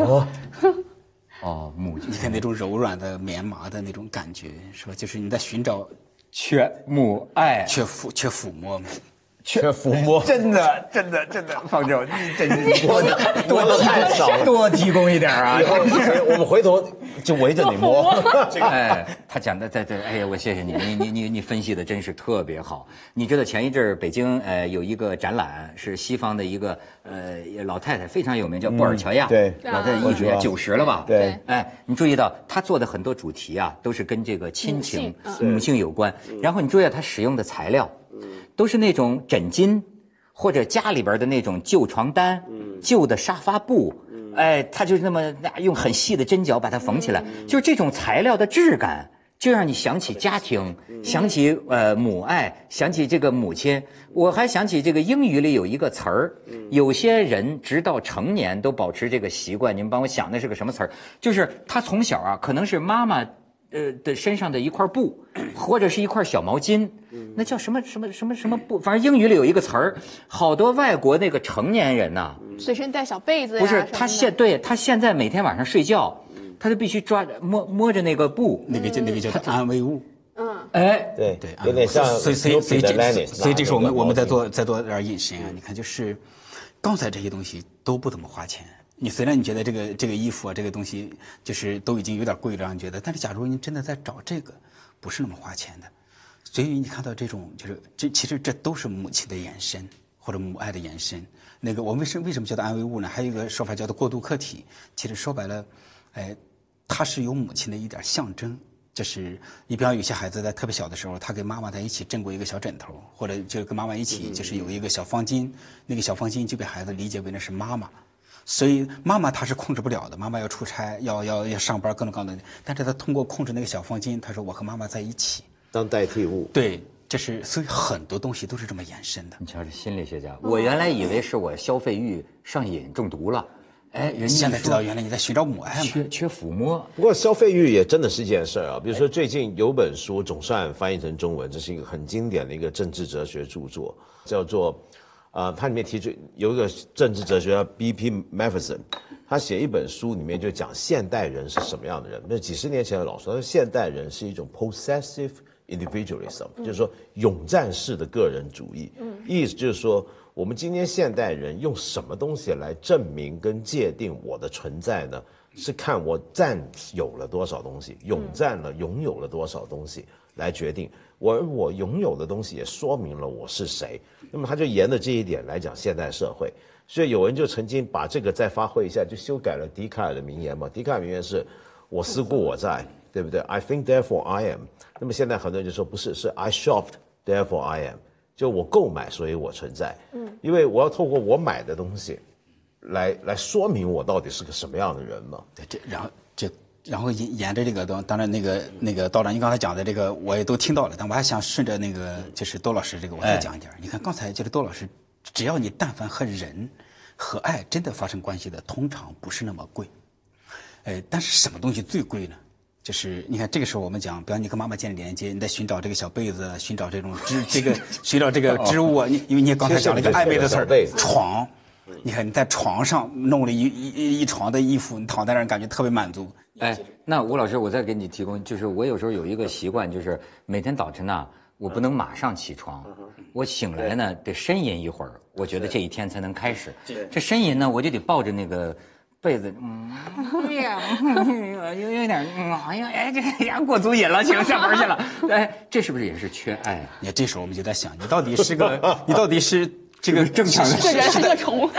母亲， 你看那种柔软的棉麻的那种感觉，是吧？就是你在寻找缺母爱， 缺抚摸。 缺抚摸， 真的，方舟，你真是太少了， 多提供一点啊！ 我们回头就围着你摸。 哎，他讲的对，哎呀，我谢谢你，你分析的真是特别好。你知道前一阵北京有一个展览，是西方的一个老太太非常有名，叫布尔乔亚， 对， 老太太艺术家90了吧？ 对， 哎，你注意到她做的很多主题啊，都是跟这个亲情、母性有关。然后你注意到她使用的材料。都是那种枕巾，或者家里边的那种旧床单、旧的沙发布，哎，他就那么用很细的针脚把它缝起来，就是这种材料的质感，就让你想起家庭，想起母爱，想起这个母亲。我还想起这个英语里有一个词儿，有些人直到成年都保持这个习惯。你们帮我想的是个什么词儿？就是他从小啊，可能是妈妈的身上的一块布，或者是一块小毛巾，那叫什么布？反正英语里有一个词儿，好多外国那个成年人呐， 随身带小被子呀。 不是他现在每天晚上睡觉，他就必须摸着那个布， 那个叫安慰物。 哎， 对，有点像。 所以这是我们在做点引申啊。你看，就是刚才这些东西都不怎么花钱。你虽然你觉得这个衣服啊，这个东西就是都已经有点贵了，让你觉得，但是假如你真的在找这个，不是那么花钱的，所以你看到这种就是其实这都是母亲的延伸或者母爱的延伸。那个我们为什么叫做安慰物呢？还有一个说法叫做过渡客体。其实说白了，它是有母亲的一点象征。就是你比方有些孩子在特别小的时候，他跟妈妈在一起枕过一个小枕头，或者就跟妈妈一起就是有一个小方巾，那个小方巾就被孩子理解为那是妈妈。所以妈妈她是控制不了的，妈妈要出差，要上班，各种各样的。但是她通过控制那个小方巾，她说我和妈妈在一起， 当代替物。 对，所以很多东西都是这么延伸的。 你瞧这心理学家，我原来以为是我消费欲上瘾中毒了，哎，人家现在知道原来你在寻找母爱嘛， 缺抚摸。 不过消费欲也真的是一件事啊。比如说最近有本书总算翻译成中文，这是一个很经典的一个政治哲学著作，叫做。它里面提出有一个政治哲学家 B.P. Matthiessen， 他写一本书里面就讲现代人是什么样的人。那几十年前的老师，他说现代人是一种 possessive individualism， 就是说拥占式的个人主义。意思就是说，我们今天现代人用什么东西来证明跟界定我的存在呢？是看我占有了多少东西，拥有了多少东西来决定。我拥有的东西也说明了我是谁，那么他就沿着这一点来讲现代社会。所以有人就曾经把这个再发挥一下，就修改了笛卡尔的名言嘛。笛卡尔名言是： 我思故我在，对不对 ？I think therefore I am。那么现在很多人就说不是，是 I shopped therefore I am， 就我购买，所以我存在。因为我要透过我买的东西，来说明我到底是个什么样的人嘛。 对，然后沿着这个当然那个道长你刚才讲的这个我也都听到了，但我还想顺着那个就是窦老师这个我再讲一点。你看刚才就是窦老师，只要你但凡和人和爱真的发生关系的，通常不是那么贵。但是什么东西最贵呢？就是你看这个时候我们讲，比方你跟妈妈建立连接，你在寻找这个小被子，寻找这种寻找这个织物啊，因为你刚才讲了一个暧昧的词儿，床。你看你在床上弄了一床的衣服，你躺在那儿感觉特别满足。 那吴老师，我再给你提供，就是我有时候有一个习惯，就是每天早晨呢，我不能马上起床，我醒来呢得呻吟一会儿，我觉得这一天才能开始。这呻吟呢，我就得抱着那个被子，有点，哎呀，这过足瘾了，行，上班去了。这是不是也是缺爱啊？ 你看这时候我们就在想，你到底是这个正常的， 这人是个宠，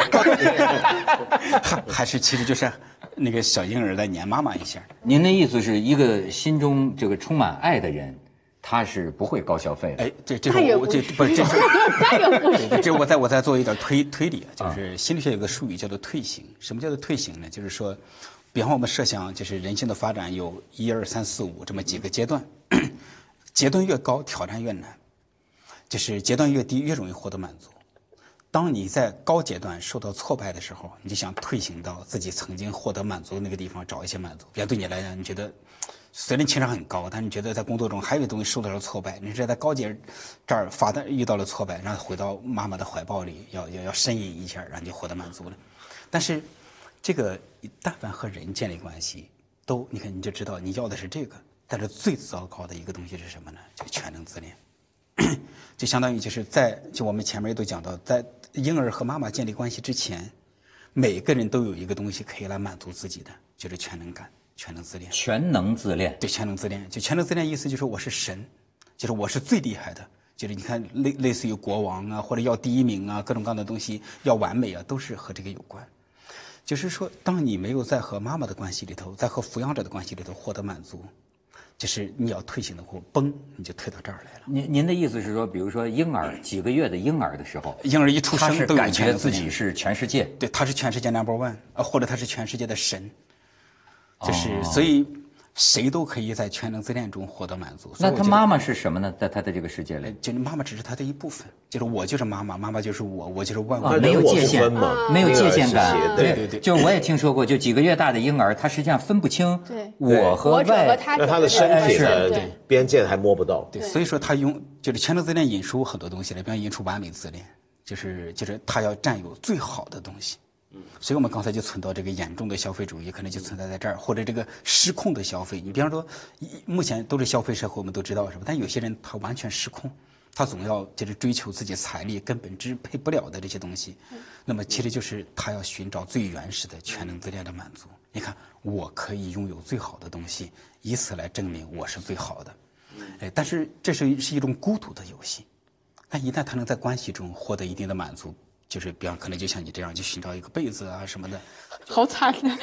还是其实就是那个小婴儿在黏妈妈一下？ 您的意思是一个心中这个充满爱的人，他是不会高消费的。 这是我这不是这是那也不是。 这我再做一点推理，就是心理学有个术语叫做退行。什么叫做退行呢？就是说，比方我们设想，就是人性的发展有1、2、3、4、5这么几个阶段，阶段越高，挑战越难，就是阶段越低，越容易获得满足。当你在高阶段受到挫败的时候，你就想退行到自己曾经获得满足的那个地方找一些满足。比方对你来讲，你觉得虽然情商很高，但你觉得在工作中还有东西受到了挫败，你是在高阶这儿遇到了挫败，然后回到妈妈的怀抱里，要呻吟一下，然后就获得满足了。但是这个但凡和人建立关系，你看你就知道你要的是这个。但是最糟糕的一个东西是什么呢？就全能自恋。就相当于就我们前面都讲到，在婴儿和妈妈建立关系之前，每个人都有一个东西可以来满足自己的，就是全能感、全能自恋。 全能自恋， 对，全能自恋。就全能自恋意思就是我是神，就是我是最厉害的，就是你看类似于国王啊，或者要第1名啊，各种各样的东西要完美啊，都是和这个有关。就是说，当你没有在和妈妈的关系里头，在和抚养者的关系里头获得满足，就是你要退行的话，崩你就退到这儿来了。 您的意思是说，比如说婴儿几个月的婴儿的时候， 婴儿一出生都有感觉自己是全世界， 对，他是全世界 No.1，或者他是全世界的神，就是所以谁都可以在全能自恋中获得满足。 那他妈妈是什么呢？在他的这个世界里， 就是妈妈只是他的一部分，就是我就是妈妈，妈妈就是我就是万物， 没有界限嘛， 没有界限感。 对， 就是我也听说过，就几个月大的婴儿，他实际上分不清我和外， 那他的身体的边界还摸不到。 对，所以说他就是全能自恋引出很多东西来，比方引出完美自恋，就是他要占有最好的东西。所以我们刚才就存到这个严重的消费主义，可能就存在在这儿，或者这个失控的消费。你比方说，目前都是消费社会，我们都知道是吧？但有些人他完全失控，他总要就是追求自己财力根本支配不了的这些东西。那么其实就是他要寻找最原始的全能自恋的满足。你看，我可以拥有最好的东西，以此来证明我是最好的。但是这是一种孤独的游戏。但一旦他能在关系中获得一定的满足，就是比方可能就像你这样，就寻找一个被子啊什么的， 好惨的。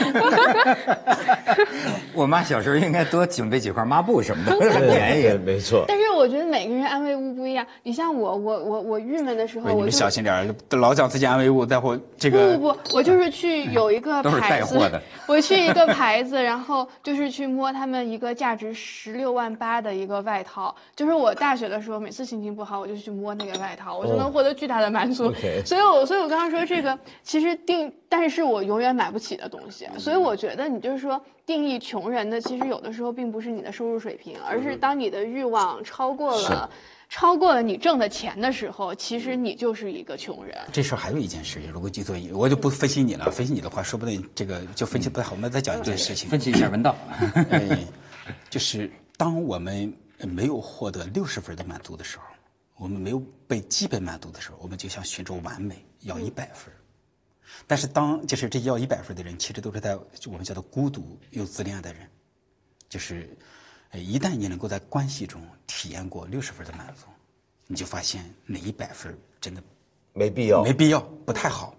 我妈小时候应该多准备几块抹布什么的，很便宜。 没错。 但是我觉得每个人安慰物不一样。你像我郁闷的时候， 你们小心点，老讲自己安慰物，待会儿这个不，我就是去有一个都是带牌子货的， 我去一个牌子，然后就是去摸他们一个价值16.8万的一个外套。就是我大学的时候，每次心情不好，我就去摸那个外套，我就能获得巨大的满足。所以我刚刚说这个其实但是我永远买不起的东西，所以我觉得你就是说定义穷人的，其实有的时候并不是你的收入水平，而是当你的欲望超过了你挣的钱的时候，其实你就是一个穷人。 这事儿还有一件事，如果记作我就不分析你了，分析你的话，说不定这个就分析不太好。我们再讲一件事情， 分析一下文道， 就是当我们没有获得60分的满足的时候，我们没有被基本满足的时候，我们就想寻找完美，要100分。但是就是这要100分的人，其实都是在我们叫做孤独又自恋的人，就是一旦你能够在关系中体验过60分的满足，你就发现那100分真的没必要， 不太好。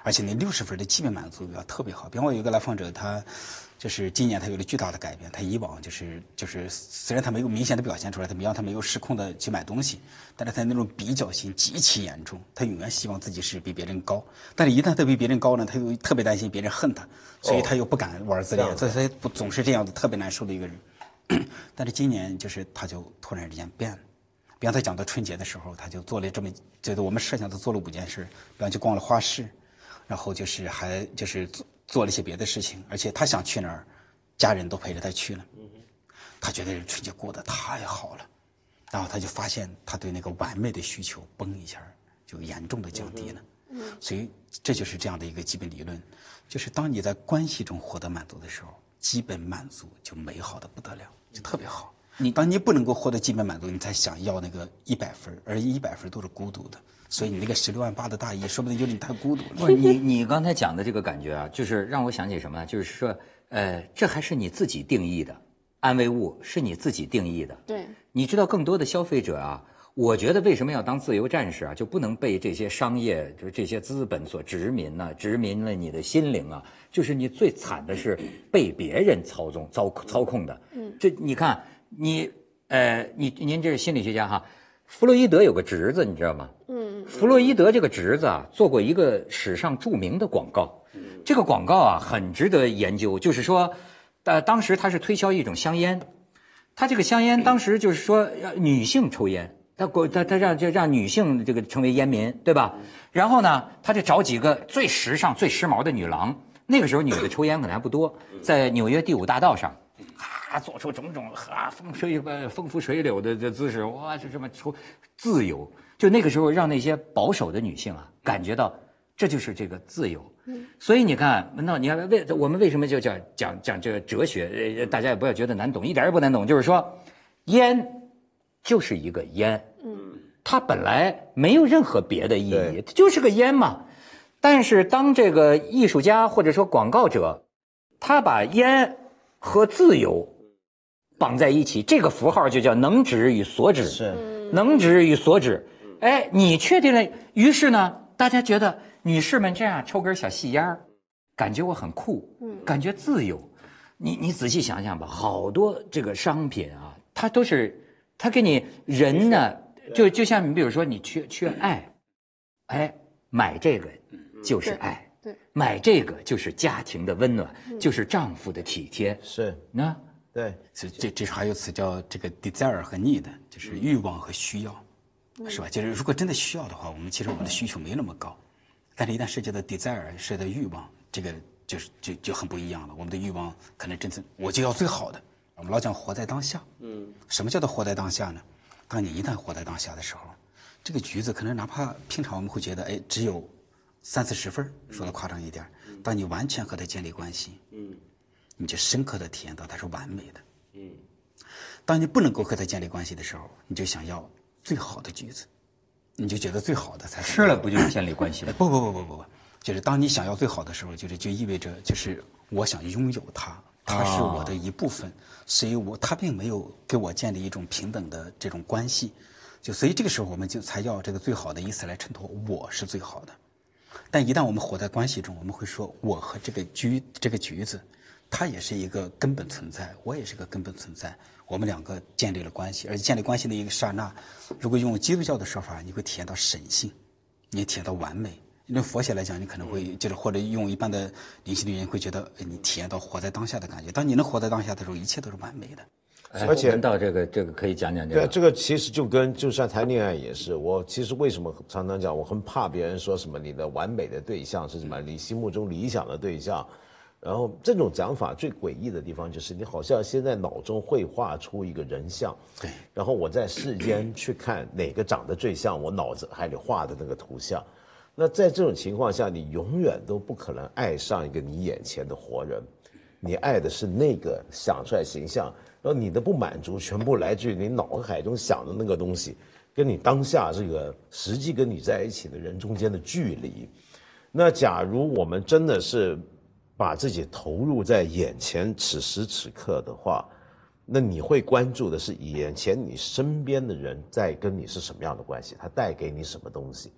而且那60分的基本满足要特别好。比方我有一个来访者，他就是今年他有了巨大的改变，他以往就是虽然他没有明显的表现出来，他没有失控的去买东西，但是他那种比较心极其严重，他永远希望自己是比别人高，但是一旦他比别人高呢，他又特别担心别人恨他，所以他又不敢玩自恋，所以他不总是这样子特别难受的一个人。但是今年就是他就突然之间变了。比方他讲到春节的时候，他就做了这么，就是我们设想他做了5件事，比方就逛了花市，然后就是还就是做了一些别的事情，而且他想去哪儿，家人都陪着他去了。他觉得春节过得太好了，然后他就发现他对那个完美的需求嘣一下就严重的降低了。所以这就是这样的一个基本理论，就是当你在关系中获得满足的时候，基本满足就美好的不得了，就特别好。当你不能够获得基本满足，你才想要那个100分，而100分都是孤独的，所以你那个16万8的大意，说不定就是你太孤独了。 不是你刚才讲的这个感觉啊，就是让我想起什么呢？就是说，这还是你自己定义的，安慰物是你自己定义的。 对， 你知道更多的消费者啊，我觉得为什么要当自由战士啊，就不能被这些商业就是这些资本所殖民呢？殖民了你的心灵啊，就是你最惨的是被别人操控的。这你看。您这是心理学家哈，弗洛伊德有个侄子，你知道吗？弗洛伊德这个侄子啊，做过一个史上著名的广告，这个广告啊很值得研究。就是说，当时他是推销一种香烟，他这个香烟当时就是说女性抽烟，他让女性这个成为烟民，对吧？然后呢，他就找几个最时尚、最时髦的女郎，那个时候女的抽烟可能还不多，在纽约第5大道上。做出种种风浮水柳的姿势，哇，就这么自由。就那个时候，让那些保守的女性啊，感觉到这就是这个自由。所以你看，那你看我们为什么就讲这个哲学？大家也不要觉得难懂，一点也不难懂。就是说，烟就是一个烟，它本来没有任何别的意义，它就是个烟嘛。但是当这个艺术家或者说广告者，他把烟和自由绑在一起，这个符号就叫能指与所指。 是， 能指与所指。哎，你确定了，于是呢，大家觉得女士们这样抽根小细烟感觉我很酷，感觉自由。你仔细想想吧，好多这个商品啊，它都是它给你人呢，就像你比如说你缺爱，哎，买这个就是爱。 对， 买这个就是家庭的温暖，就是丈夫的体贴。 是， 那对， 这还有词叫这个 desire 和 need， 就是欲望和需要，是吧？就是如果真的需要的话，其实我们的需求没那么高，但是一旦涉及到 desire， 涉及到欲望，这个就很不一样了。我们的欲望可能真正我就要最好的。我们老讲活在当下，什么叫做活在当下呢？当你一旦活在当下的时候，这个橘子可能哪怕平常我们会觉得，哎，只有30-40分，说的夸张一点，当你完全和它建立关系，你就深刻的体验到它是完美的。当你不能够和它建立关系的时候，你就想要最好的橘子，你就觉得最好的才吃了不就是建立关系吗？ 不，就是当你想要最好的时候，就意味着就是我想拥有它，它是我的一部分，所以它并没有给我建立一种平等的这种关系，所以这个时候我们就才要这个最好的以此来衬托我是最好的。但一旦我们活在关系中，我们会说我和这个橘子，它也是一个根本存在，我也是个根本存在。我们两个建立了关系，而且建立关系的一个刹那，如果用基督教的说法，你会体验到神性，你也体验到完美。用佛学来讲，你可能会就是或者用一般的灵性的人会觉得，你体验到活在当下的感觉。当你能活在当下的时候，一切都是完美的。 而且到这个可以讲讲这个。 对，这个其实就算谈恋爱也是，我其实为什么常常讲，我很怕别人说什么你的完美的对象是什么，你心目中理想的对象。然后这种讲法最诡异的地方就是，你好像先在脑中绘画出一个人像， 对， 然后我在世间去看哪个长得最像我脑子海里画的那个图像。那在这种情况下，你永远都不可能爱上一个你眼前的活人，你爱的是那个想出来形象。然后你的不满足全部来自于你脑海中想的那个东西，跟你当下这个实际跟你在一起的人中间的距离。那假如我们真的是把自己投入在眼前此时此刻的话，那你会关注的是眼前你身边的人在跟你是什么样的关系，他带给你什么东西。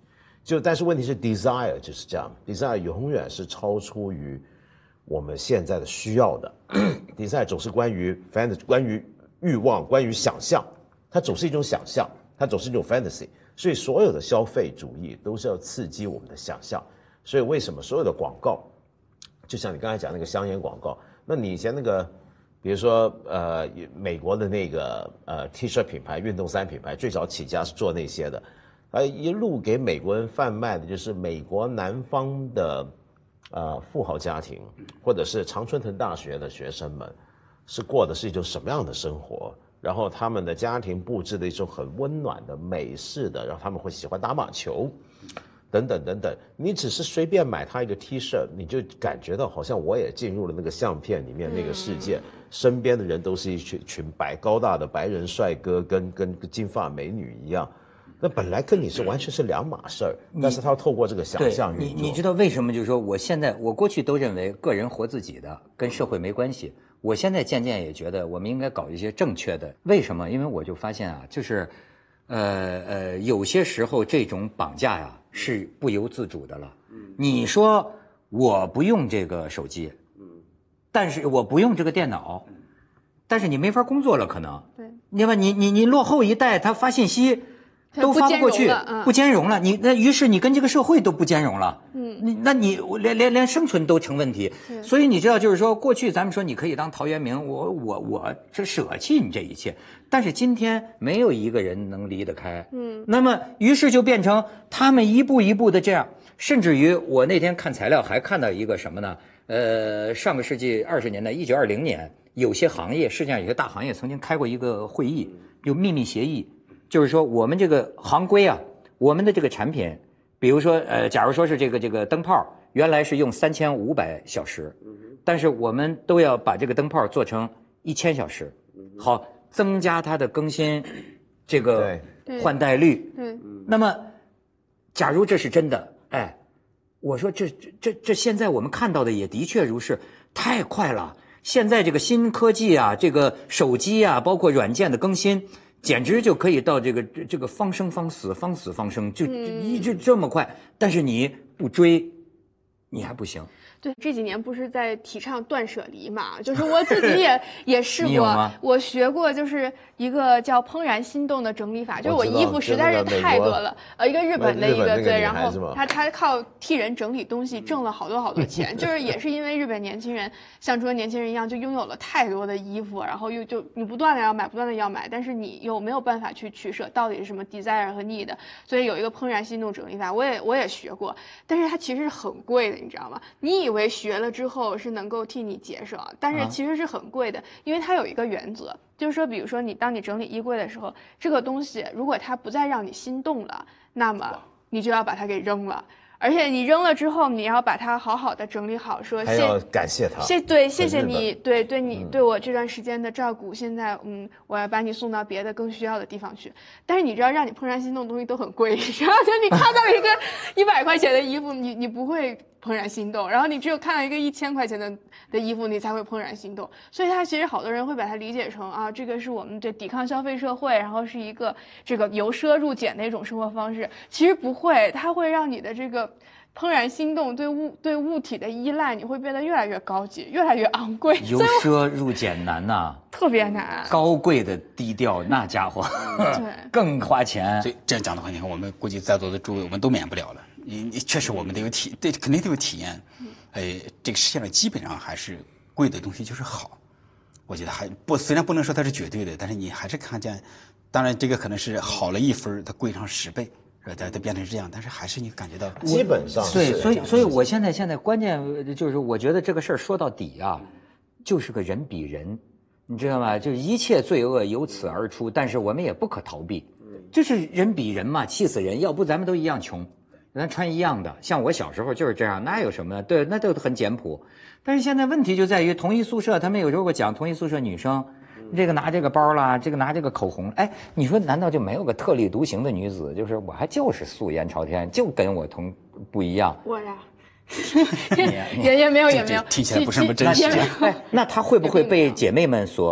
但是问题是 desire 就是这样 ，desire 永远是超出于我们现在的需要的，desire 总是关于欲望，关于想象，它总是一种想象，它总是一种 fantasy。所以所有的消费主义都是要刺激我们的想象。所以为什么所有的广告，就像你刚才讲那个香烟广告，那你以前那个，比如说美国的那个T 恤品牌、运动衫品牌，最早起家是做那些的，一路给美国人贩卖的就是美国南方的富豪家庭，或者是常春藤大学的学生们，是过的是一种什么样的生活？然后他们的家庭布置的一种很温暖的美式的，然后他们会喜欢打马球，等等等等。你只是随便买他一个 T 恤，你就感觉到好像我也进入了那个相片里面那个世界，身边的人都是一群高大的白人帅哥，跟金发美女一样。那本来跟你是完全是两码事儿，但是他透过这个想象运作。 你知道为什么？就是说，我过去都认为个人活自己的，跟社会没关系。我现在渐渐也觉得，我们应该搞一些正确的。为什么？因为我就发现啊，就是有些时候这种绑架呀是不由自主的了。你说我不用这个手机，但是我不用这个电脑，但是你没法工作了，可能。对。对吧？你落后一代，他发信息都发不过去，不兼容了。于是你跟这个社会都不兼容了。你连生存都成问题。所以你知道，就是说，过去咱们说你可以当陶渊明，我这舍弃你这一切，但是今天没有一个人能离得开。那么于是就变成他们一步一步的这样，甚至于我那天看材料还看到一个什么呢？上个世纪20年代，1920年，有些行业，世界上有些大行业曾经开过一个会议，有秘密协议。就是说，我们这个行规啊，我们的这个产品，比如说，假如说是这个灯泡，原来是用3500小时，但是我们都要把这个灯泡做成1000小时，好增加它的更新，这个换代率。那么，假如这是真的，我说这现在我们看到的也的确如是，太快了。现在这个新科技啊，这个手机啊，包括软件的更新。简直就可以到这个方生方死，方死方生，就一直这么快。但是你不追，你还不行。 对，这几年不是在提倡断舍离嘛？就是我自己也试过，我学过，就是一个叫怦然心动的整理法，就是我衣服实在是太多了，一个日本的一个对，然后他靠替人整理东西挣了好多钱，就是也是因为日本年轻人像中国年轻人一样，就拥有了太多的衣服，然后就你不断的要买，但是你又没有办法去取舍，到底是什么 desire 和 need， 所以有一个怦然心动整理法，我也学过，但是它其实是很贵的，你知道吗？你以为学了之后是能够替你节省，但是其实是很贵的，因为它有一个原则，就是说，比如说当你整理衣柜的时候，这个东西如果它不再让你心动了，那么你就要把它给扔了。而且你扔了之后，你要把它好好的整理好，说还要感谢他， 谢谢你，对你对我这段时间的照顾。现在我要把你送到别的更需要的地方去。但是你知道，让你怦然心动的东西都很贵，然后就你看到一个100块钱的衣服，你不会怦然心动，然后你只有看到一个1000块钱的衣服，你才会怦然心动。所以它其实好多人会把它理解成这个是我们这抵抗消费社会，然后是一个这个由奢入俭的一种生活方式。其实不会，它会让你的这个怦然心动，对物体的依赖，你会变得越来越高级，越来越昂贵。 由奢入俭难呐， 特别难。 高贵的低调，那家伙对更花钱。 所以这样讲的话，你看我们估计在座的诸位，我们都免不了了。你确实我们得有肯定得有体验。这个世界上基本上还是贵的东西就是好。我觉得虽然不能说它是绝对的，但是你还是看见，当然这个可能是好了1分，它贵上10倍。它变成这样，但是还是你感觉到基本上对，所以我现在关键就是我觉得这个事儿说到底啊，就是个人比人，你知道吗？就是一切罪恶由此而出，但是我们也不可逃避，就是人比人嘛，气死人。要不咱们都一样穷，咱穿一样的。像我小时候就是这样，那有什么？对，那都很简朴。但是现在问题就在于同一宿舍，他们有时候给我讲同一宿舍女生。这个拿这个包啦，这个拿这个口红，你说难道就没有个特立独行的女子？就是我还就是素颜朝天，就跟我不一样。 我呀，也没有， 听起来不是那么真实。 那她会不会被姐妹们所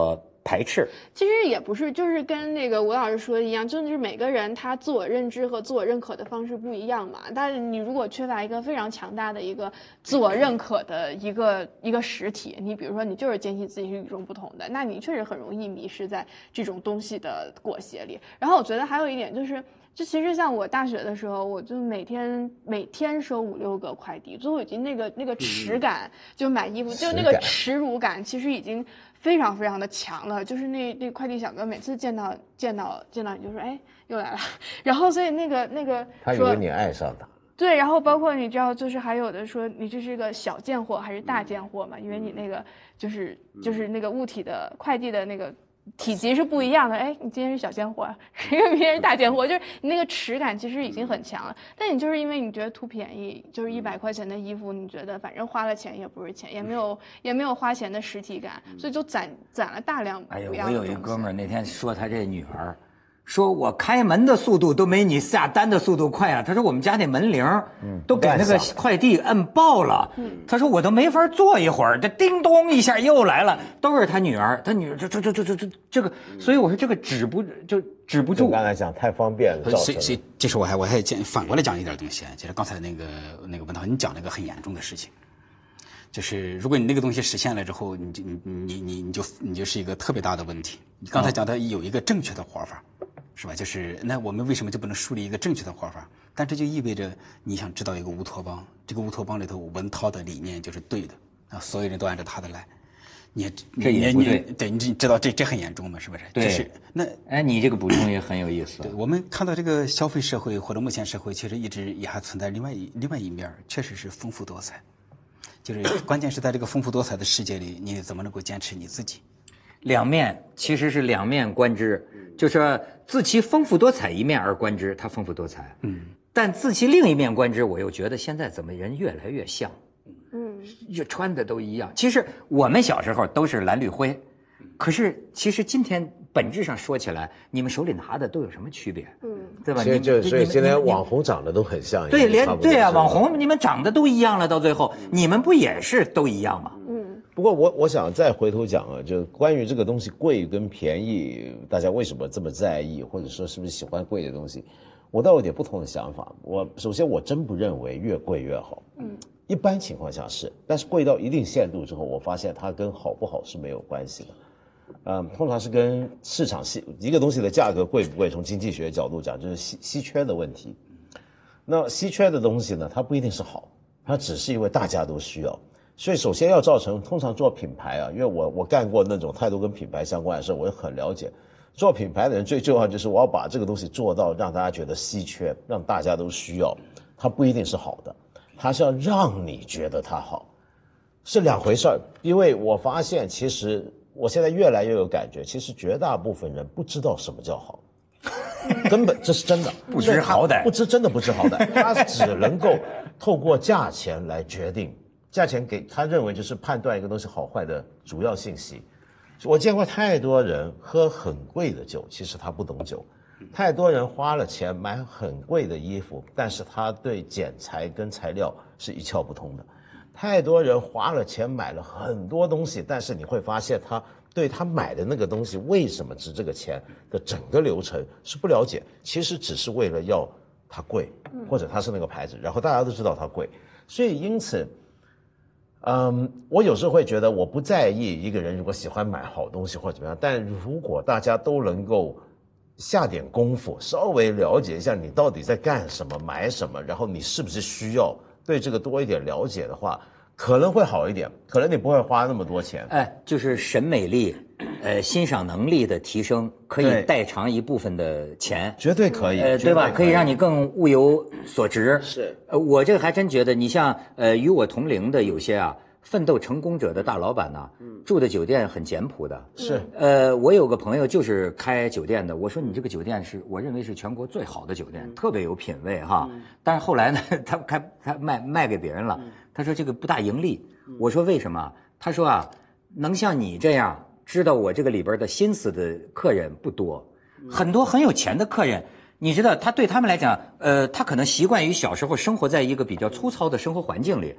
排斥。 其实也不是，就是跟那个吴老师说的一样，就是每个人他自我认知和自我认可的方式不一样嘛。但是你如果缺乏一个非常强大的一个自我认可的一个实体，你比如说你就是坚信自己是与众不同的，那你确实很容易迷失在这种东西的裹挟里。然后我觉得还有一点就是。就其实像我大学的时候，我就每天收5、6个快递，最后已经那个耻感，就买衣服就那个耻辱感，其实已经非常非常的强了。就是那快递小哥每次见到你就说，哎，又来了。然后所以那个他以为你爱上他。 对，然后包括你知道，就是还有的说你这是个小件货还是大件货嘛？因为你那个就是那个物体的快递的那个。体积是不一样的，哎，你今天是小件货，明天是大件货，就是你那个耻感其实已经很强了。但你就是因为你觉得图便宜，就是100块钱的衣服，你觉得反正花了钱也不是钱，也没有花钱的实体感，所以就攒了大量不一样的东西。 哎呦，我有一哥们儿那天说他这女儿。说我开门的速度都没你下单的速度快啊！他说我们家那门铃，都给那个快递摁爆了。他说我都没法坐一会儿，这叮咚一下又来了，都是他女儿这个，所以我说这个止不住。 刚才讲太方便了， 这是我还反过来讲一点东西，就是刚才那个文涛你讲了一个很严重的事情。就是如果你那个东西实现了之后，你就是一个特别大的问题。你刚才讲的有一个正确的活法，是吧？就是那我们为什么就不能树立一个正确的活法？但这就意味着你想制造一个乌托邦，这个乌托邦里头文涛的理念就是对的啊，所有人都按照他的来。 这也不对， 对，你知道这很严重嘛，是不是？ 对， 就是那哎，你这个补充也很有意思。 对，我们看到这个消费社会或者目前社会，其实一直也还存在另外一面，确实是丰富多彩。就是关键是在这个丰富多彩的世界里，你怎么能够坚持你自己？ 两面其实是两面观之，就是自其丰富多彩一面而观之，它丰富多彩。但自其另一面观之，我又觉得现在怎么人越来越像，越穿的都一样。其实我们小时候都是蓝绿灰，可是其实今天本质上说起来，你们手里拿的都有什么区别？对吧？ 所以现在网红长得都很像。 对，对啊，网红你们长得都一样了，到最后你们不也是都一样吗？ 不过我想再回头讲啊，就关于这个东西贵跟便宜，大家为什么这么在意，或者说是不是喜欢贵的东西，我倒有点不同的想法。首先我真不认为越贵越好。一般情况下是，但是贵到一定限度之后，我发现它跟好不好是没有关系的。通常是跟市场一个东西的价格贵不贵，从经济学角度讲，就是稀缺的问题。那稀缺的东西呢，它不一定是好，它只是因为大家都需要。所以首先要造成，通常做品牌啊，因为我干过那种太多跟品牌相关的事，我也很了解。做品牌的人最重要就是我要把这个东西做到让大家觉得稀缺，让大家都需要。它不一定是好的，它是要让你觉得它好，是两回事儿。因为我发现其实我现在越来越有感觉，其实绝大部分人不知道什么叫好，根本这是真的， 不知好歹， 真的不知好歹，他只能够透过价钱来决定，价钱给他认为就是判断一个东西好坏的主要信息。我见过太多人喝很贵的酒，其实他不懂酒；太多人花了钱买很贵的衣服，但是他对剪裁跟材料是一窍不通的。太多人花了钱买了很多东西，但是你会发现他对他买的那个东西为什么值这个钱的整个流程是不了解，其实只是为了要它贵，或者它是那个牌子，然后大家都知道它贵。所以因此我有时候会觉得我不在意一个人如果喜欢买好东西或者怎么样，但如果大家都能够下点功夫，稍微了解一下你到底在干什么，买什么，然后你是不是需要，对这个多一点了解的话，可能会好一点，可能你不会花那么多钱。 就是审美力，欣赏能力的提升，可以代偿一部分的钱， 绝对可以， 对吧？可以让你更物有所值。 是， 我这个还真觉得，你像与我同龄的有些奋斗成功者的大老板呢，住的酒店很简朴的。 是， 我有个朋友就是开酒店的，我说你这个酒店是我认为是全国最好的酒店，特别有品位哈。但是后来呢，他卖给别人了，他说这个不大盈利。我说为什么？他说能像你这样知道我这个里边的心思的客人不多，很多很有钱的客人。你知道，他对他们来讲，他可能习惯于小时候生活在一个比较粗糙的生活环境里。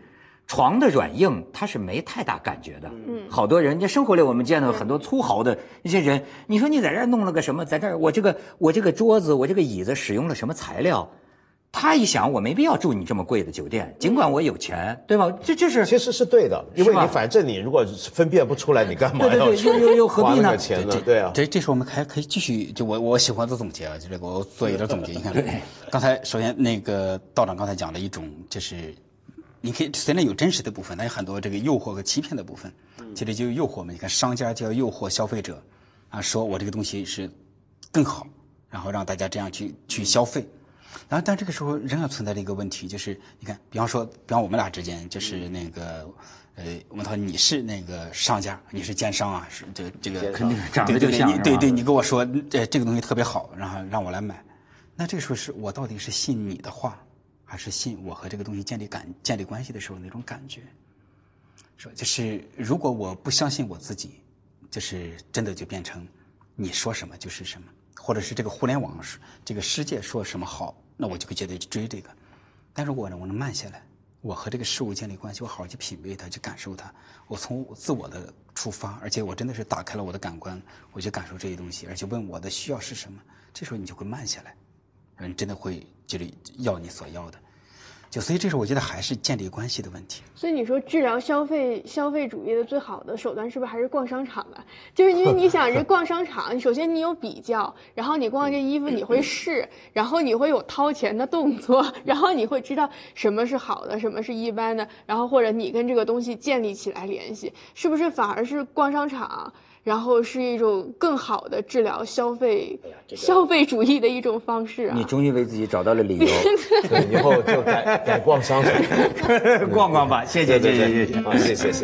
床的软硬它是没太大感觉的。好多人家生活里我们见到很多粗豪的一些人，你说你在这儿弄了个什么，在这儿我这个桌子我这个椅子使用了什么材料？他一想，我没必要住你这么贵的酒店，尽管我有钱，对吧？这是其实是对的，因为你反正你如果分辨不出来，你干嘛要又何必呢？ 花那个钱呢？对啊， 这时候我们可以继续，就我喜欢做总结啊，就这个我做一点总结。你看，刚才首先那个道长刚才讲了一种，就是你可以虽然有真实的部分，但有很多这个诱惑和欺骗的部分。这里就有诱惑嘛，你看商家就要诱惑消费者，啊，说我这个东西是更好，然后让大家这样去消费。然后，但这个时候仍然存在着一个问题，就是你看，比方我们俩之间，就是那个，我们说你是那个商家，你是奸商啊，是这个肯定长得就像， 对，你跟我说，这个东西特别好，然后让我来买，那这个时候是我到底是信你的话，还是信我和这个东西建立关系的时候那种感觉？说就是如果我不相信我自己，就是真的就变成你说什么就是什么，或者是这个互联网这个世界说什么好。那我就会觉得去追这个，但如果呢，我能慢下来，我和这个事物建立关系，我好好去品味它，去感受它，我从自我的出发，而且我真的是打开了我的感官，我去感受这些东西，而且问我的需要是什么，这时候你就会慢下来，人真的会就是要你所要的。所以这时候我觉得还是建立关系的问题。 所以你说治疗消费主义的最好的手段是不是还是逛商场啊？就是因为你想这逛商场，首先你有比较，然后你逛这衣服你会试，然后你会有掏钱的动作，然后你会知道什么是好的，什么是一般的，然后或者你跟这个东西建立起来联系，是不是反而是逛商场？然后是一种更好的治疗消费主义的一种方式啊！ 你终于为自己找到了理由， 对，以后就改逛商场， 逛逛吧。谢谢， 好，谢谢。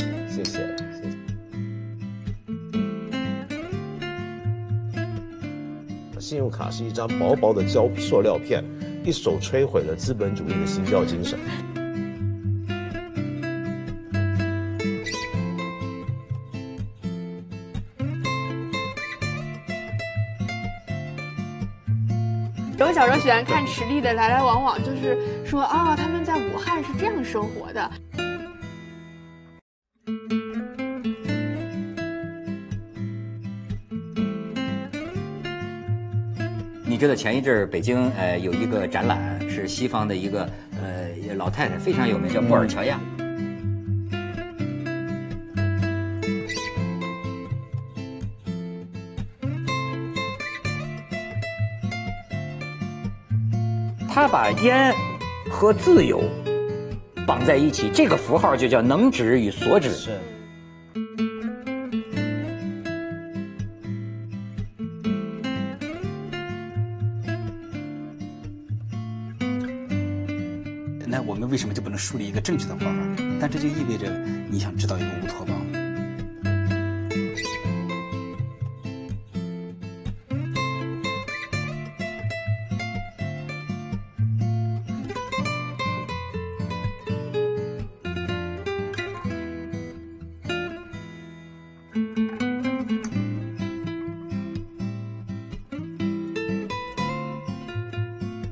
信用卡是一张薄薄的塑料片，一手摧毁了资本主义的行教精神。 我小时候喜欢看池莉的来来往往，就是说啊，他们在武汉是这样生活的。 你知道前一阵儿北京有一个展览，是西方的一个老太太非常有名，叫布尔乔亚。他把烟和自由绑在一起，这个符号就叫能指与所指。 是。那我们为什么就不能树立一个正确的方法？但这就意味着你想知道一个乌托邦。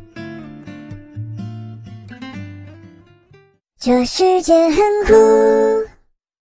这世界很酷。